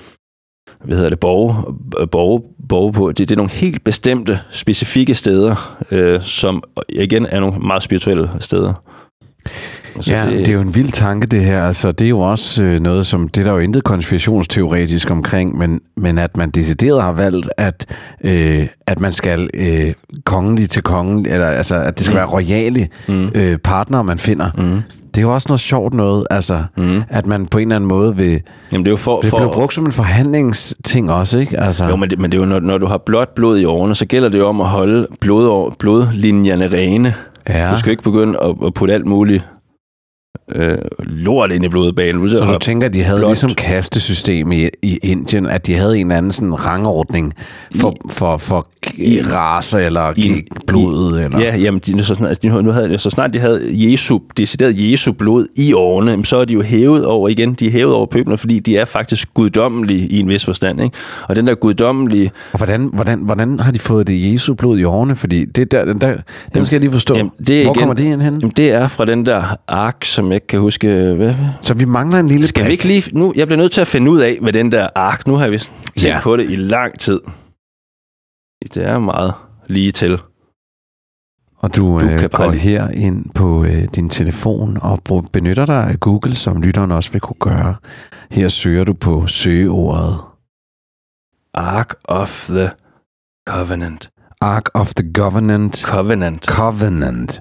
borge på. Det er nogle helt bestemte, specifikke steder, som igen er nogle meget spirituelle steder. Ja, det er jo en vild tanke, det her. Altså, det er jo også noget, som... Det er der jo intet konspirationsteoretisk omkring, men at man decideret har valgt, at man skal kongelig til kongelig, eller altså, at det skal være royale partnere, man finder. Det er jo også noget sjovt noget, altså, at man på en eller anden måde vil... Jamen, det er jo det bliver brugt som en forhandlingsting også, ikke? Altså. Jo, men det er jo, når du har blåt blod i årene, så gælder det jo om at holde blodlinjerne rene. Ja. Du skal ikke begynde at putte alt muligt lort ind i blodbanen. Så du tænker, at de havde ligesom kastesystem i Indien, at de havde en anden sådan rangordning for racer eller blodet? Eller? Ja, jamen, så snart de havde decideret Jesu blod i årene, så er de jo hævet over igen. De er hævet over pøbler, fordi de er faktisk guddommelige i en vis forstand. Ikke? Og den der guddommelige... Og hvordan har de fået det Jesu blod i årene? Fordi det den skal jeg lige forstå. Jamen, hvor kommer det ind hen? Jamen, det er fra den der ark, som jeg ikke kan huske... Hvad? Så vi mangler en lille... Skal vi ikke lige... Nu, jeg bliver nødt til at finde ud af, hvad den der ark... Nu har vi tænkt på det i lang tid. Det er meget lige til. Og du går her ind på din telefon og benytter dig af Google, som lytteren også vil kunne gøre. Her søger du på søgeordet Ark of the Covenant. Ark of the Covenant. Covenant.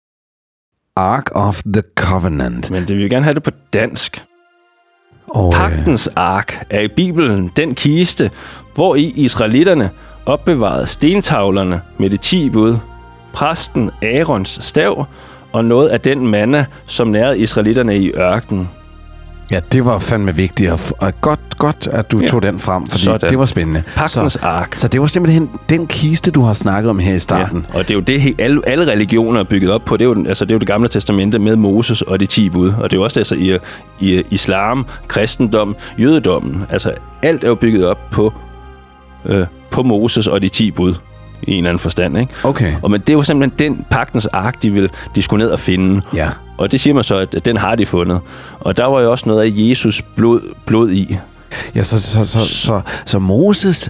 Ark of the Covenant. Men det vil vi gerne have det på dansk. Og, Pagtens ark er i Bibelen den kiste, hvor i israelitterne opbevarede stentavlerne med de 10 bud, præsten Aarons stav og noget af den manna, som nærede israelitterne i ørkenen. Ja, det var fandme vigtigt, og godt at du tog den frem, fordi sådan. Det var spændende. Pagtens ark. Så det var simpelthen den kiste, du har snakket om her i starten. Ja, og det er jo det, alle religioner er bygget op på. Det er jo det gamle testamente med Moses og de 10 bud. Og det er jo også det, altså i islam, kristendom, jødedommen. Altså alt er jo bygget op på Moses og de 10 bud i en eller anden forstand, ikke? Okay. Men det var simpelthen den pagtens ark, de skulle ned og finde. Ja. Og det siger man så, at den har de fundet. Og der var jo også noget af Jesus blod i. Ja, så Moses,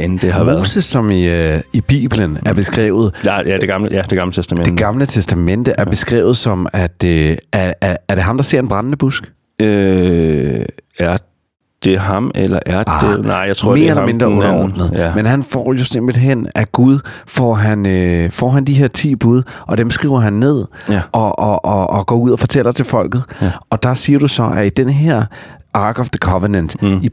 som i Bibelen er beskrevet. Ja, det gamle testamente. Det gamle testamente er beskrevet som, at er det ham, der ser en brændende busk? Er det ham, eller er det... Nej, jeg tror, det er ham. Mere eller mindre underordnet. Ja. Men han får jo simpelthen af Gud, får han de her 10 bud, og dem skriver han ned, og går ud og fortæller til folket. Ja. Og der siger du så, at i den her Ark of the Covenant, i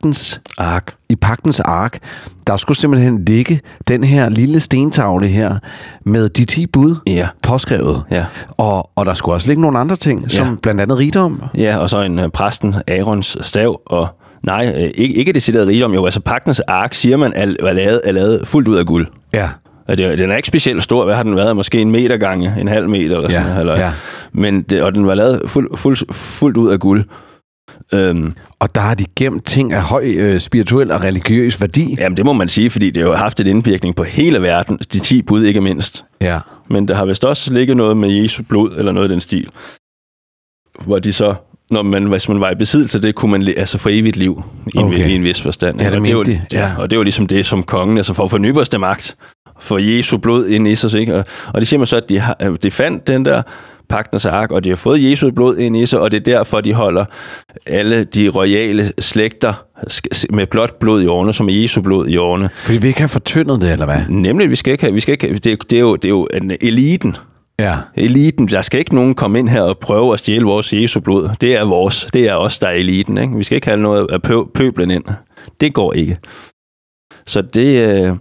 pagtens ark, der skulle simpelthen ligge den her lille stentavle her, med de 10 bud påskrevet. Ja. Og der skulle også ligge nogle andre ting, som blandt andet rigdom. Ja, og så en præsten Aarons stav, og nej, ikke decideret rigdom, jo, altså pagtens ark, siger man, er lavet fuldt ud af guld. Ja. Den er ikke specielt stor. Hvad har den været? Måske 1 meter gange en halv meter eller sådan noget. Ja. Men og den var lavet fuldt ud af guld. Og der har de gemt ting af høj spirituel og religiøs værdi. Jamen det må man sige, fordi det har jo haft en indvirkning på hele verden. De 10 bud ikke mindst. Ja. Men der har vist også ligget noget med Jesu blod, eller noget af den stil. Hvor de så, hvis man var i besiddelse, det kunne man altså få evigt liv i en vis forstand. Ja, og det var ligesom det, som kongen, altså for at få den ypperste magt, for Jesu blod ind i sig, ikke? Og det siger man så, at de fandt den der pagtens ark, og de har fået Jesu blod ind i sig, og det er derfor, de holder alle de royale slægter med blåt blod i årene, som er Jesu blod i årene. Fordi vi ikke har fortyndet det, eller hvad? Nemlig, vi skal ikke have, det er jo en eliten. Ja. Eliten, der skal ikke nogen komme ind her og prøve at stjæle vores Jesu blod. Det er vores, det er os, der er eliten, ikke? Vi skal ikke have noget af pøblen ind. Det går ikke. Så det...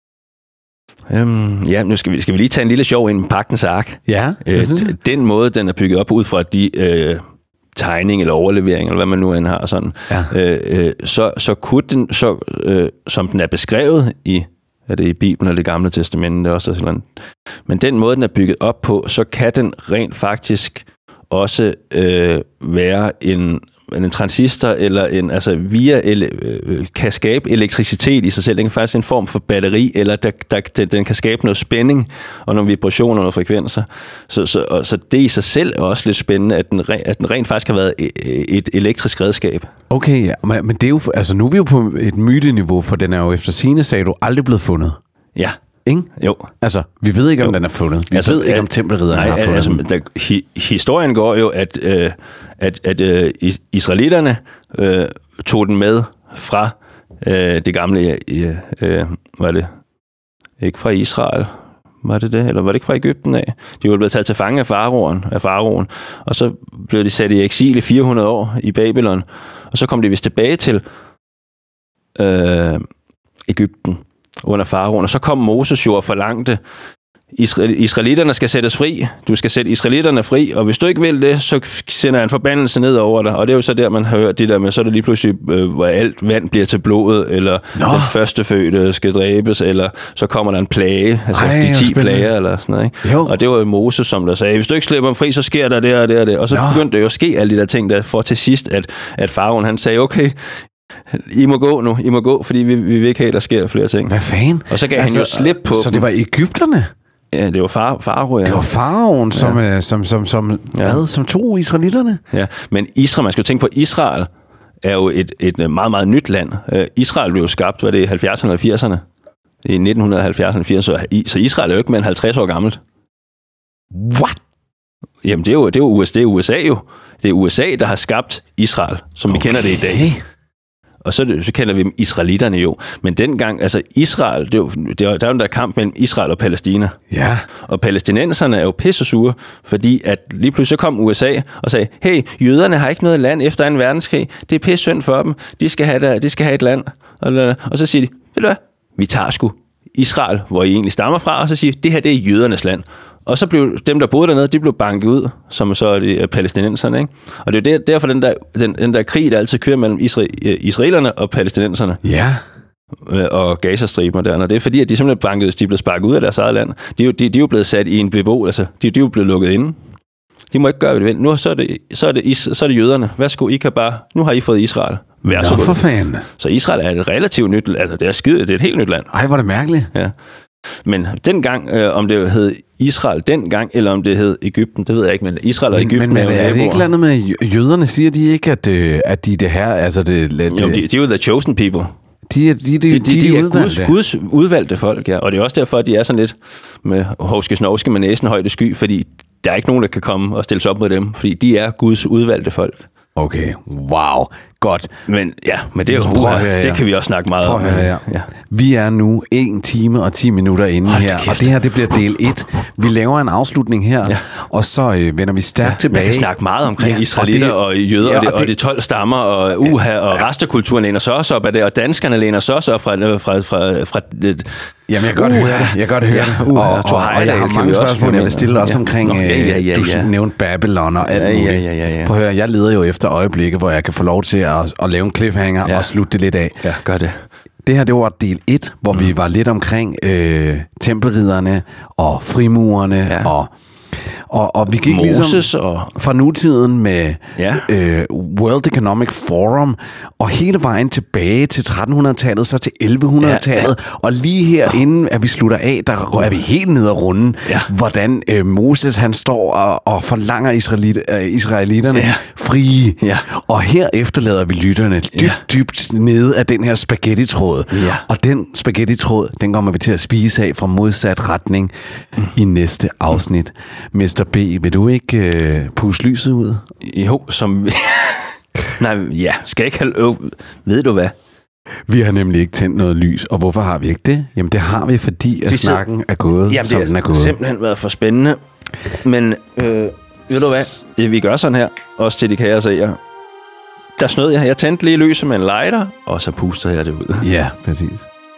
nu skal vi lige tage en lille sjov ind i pagtens ark. Ja, den måde, den er bygget op ud fra de tegning eller overlevering, eller hvad man nu end har sådan, så kunne den, som den er beskrevet i Bibelen eller det gamle testamente også, sådan. Men den måde, den er bygget op på, så kan den rent faktisk også være en transistor, eller kan skabe elektricitet i sig selv. Den kan faktisk en form for batteri, eller den kan skabe noget spænding, og nogle vibrationer, og nogle frekvenser. Så det i sig selv er også lidt spændende, at den rent faktisk har været et elektrisk redskab. Okay, ja. Men det er jo, altså nu er vi jo på et myteniveau, for den er jo efter sigende, sagde du, aldrig blevet fundet. Ja. Ikke? Jo. Altså, vi ved ikke, om den er fundet. Vi ved ikke, om tempelridderne har fundet den. Historien går jo, at israelitterne tog den med fra det gamle, var det ikke fra Israel? Var det det? Eller var det ikke fra Egypten af? De var blevet taget til fange af faraoen, og så blev de sat i eksil i 400 år i Babylon, og så kom de vist tilbage til Egypten under faraoen, og så kom Moses jo og forlangte, israelitterne skal sættes fri. Du skal sætte israelitterne fri, og hvis du ikke vil det, så sender en forbandelse ned over dig. Og det er jo så der, man har hørt det der med, så er det lige pludselig, hvor alt vand bliver til blodet, eller den førstefødte skal dræbes, eller så kommer der en plage, altså de 10 plager, eller sådan noget, ikke? Og det var jo Moses, som der sagde, hvis du ikke slipper dem fri, så sker der det og det og det. Og så begyndte det jo at ske alle de der ting, der for til sidst, at faraoen han sagde, okay, I må gå nu, fordi vi vil ikke have, at der sker flere ting. Hvad fanden? Og så gav han jo slip på så det var egypterne? Ja, det var farao, ja. Det var faraoen, som tog israelitterne? Ja, men Israel, man skal jo tænke på, Israel er jo et meget, meget nyt land. Israel blev jo skabt, var det i 70'erne og 80'erne? I 1970'erne og 80'erne, så Israel er jo ikke mere end 50 år gammelt. What? Jamen, det er USA jo. Det er USA, der har skabt Israel, som vi kender det i dag. Og så kender vi dem israelitterne jo. Men dengang, altså Israel, der er jo den der kamp mellem Israel og Palæstina. Ja. Og palæstinenserne er jo pissesure, fordi at lige pludselig så kom USA og sagde, hey, jøderne har ikke noget land efter 2. verdenskrig. Det er pisse synd for dem. De skal have et land. Og så siger de, ved du hvad, vi tager sgu Israel, hvor I egentlig stammer fra, og så siger det her, det er jødernes land. Og så blev dem, der boede dernede, de blev banket ud, som så er de palæstinenserne, ikke? Og det er derfor den der krig, der altid kører mellem israelerne og palæstinenserne. Ja. Og Gazastriben der. Og det er fordi, at de simpelthen de blev sparket ud af deres eget land. De er jo blevet sat i en beboelse. De er jo blevet lukket inde. De må ikke gøre, hvad de vil. Nu så er det jøderne. Værsgo, nu har I fået Israel. Værsgo. Nå, for fanden. Så Israel er et relativt nyt, altså det er et helt nyt land. Ej, hvor er det mærkeligt. Ja. Men dengang, om det hed Israel dengang, eller om det hed Egypten, det ved jeg ikke, men Israel og Egypten men er det ikke landet med jøderne? Siger de ikke, at de er det her? Altså jo, de er jo the chosen people. De er Guds udvalgte folk, ja. Og det er også derfor, at de er sådan lidt med hovske-snovske med næsen højde sky, fordi der er ikke nogen, der kan komme og stille sig op mod dem, fordi de er Guds udvalgte folk. Okay, wow, godt. Men det er jo det kan vi også snakke meget om. Ja. Vi er nu 1 time og 10 minutter inde her, og det her, det bliver del 1. Vi laver en afslutning her, og så vender vi stærkt tilbage. Vi kan snakke meget omkring israelitter og jøder og de 12 stammer og og restekulturen læner sig også op af det, og danskerne læner sig også op fra Jamen, jeg kan godt høre det. Jeg kan godt høre det. Og jeg har mange spørgsmål, jeg vil stille også omkring, du nævnte Babylon og alt muligt. Prøv at høre, jeg leder jo efter øjeblikke, hvor jeg kan få lov til at lave en cliffhanger og slutte det lidt af. Ja, gør det. Det her, det var del 1, hvor vi var lidt omkring tempelridderne og frimurerne og vi gik Moses ligesom fra nutiden med World Economic Forum og hele vejen tilbage til 1300-tallet, så til 1100-tallet. Og lige her, inden at vi slutter af, der er vi helt nede af runden, hvordan Moses han står og forlanger israelitterne frie. Ja. Og her efterlader vi lytterne dybt nede af den her spaghetti-tråd. Ja. Og den spaghetti-tråd, den kommer vi til at spise af fra modsat retning i næste afsnit. Mr. B, vil du ikke puste lyset ud? Jo, som... Nej, skal jeg ikke have... ved du hvad? Vi har nemlig ikke tændt noget lys, og hvorfor har vi ikke det? Jamen, det har vi, fordi at snakken er gået, som den er gået. Det har simpelthen været for spændende. Men, ved du hvad? Vi gør sådan her, også til de kære seere. Der snød jeg. Jeg tændte lige lyset med en lighter, og så pustede jeg det ud. Ja, præcis.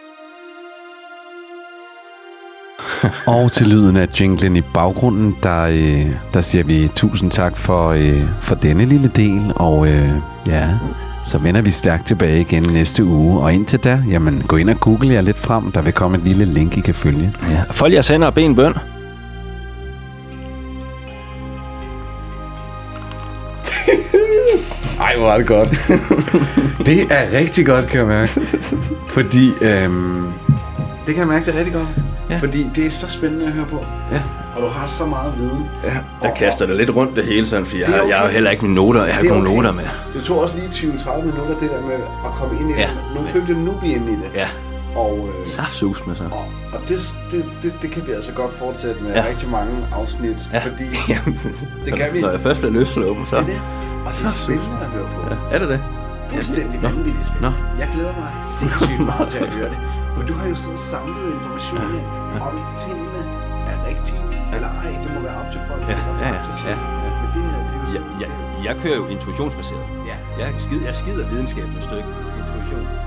Og til lyden af jinglen i baggrunden, der siger vi tusind tak for denne lille del, og så vender vi stærkt tilbage igen næste uge. Og indtil da, jamen gå ind og google jer lidt frem, der vil komme et lille link, I kan følge. Ja. Fold jeres hænder og ben bøn. Ej, hvor er det godt. Det er rigtig godt, kan jeg mærke. Fordi, det kan jeg mærke, det er rigtig godt. Ja. Fordi det er så spændende at høre på. Ja. Og du har så meget viden. Ja. Jeg kaster det lidt rundt det hele sådan, fordi jeg har heller ikke mine noter. Jeg har ikke nogen noter med. Det tog også lige 20-30 minutter, det der med at komme ind i det. Nu følte jeg, nu vi er inde i det. Ja. Og saftsus med så. Og det kan vi altså godt fortsætte med rigtig mange afsnit. Ja. Fordi det kan vi. Når jeg først bliver løsluppen, så. Det er det. Og det er spændende at høre på. Ja. Er det det? Fuldstændig vanvittigt spændende. Jeg glæder mig sindssygt meget til at høre det. For du har jo sådan samlet informationer om tingene er rigtige eller ej. Det må være op til folk selv at faktisk. Men det her, det er jo jeg kører jo intuitionsbaseret. Jeg skider videnskab med et stykke intuition.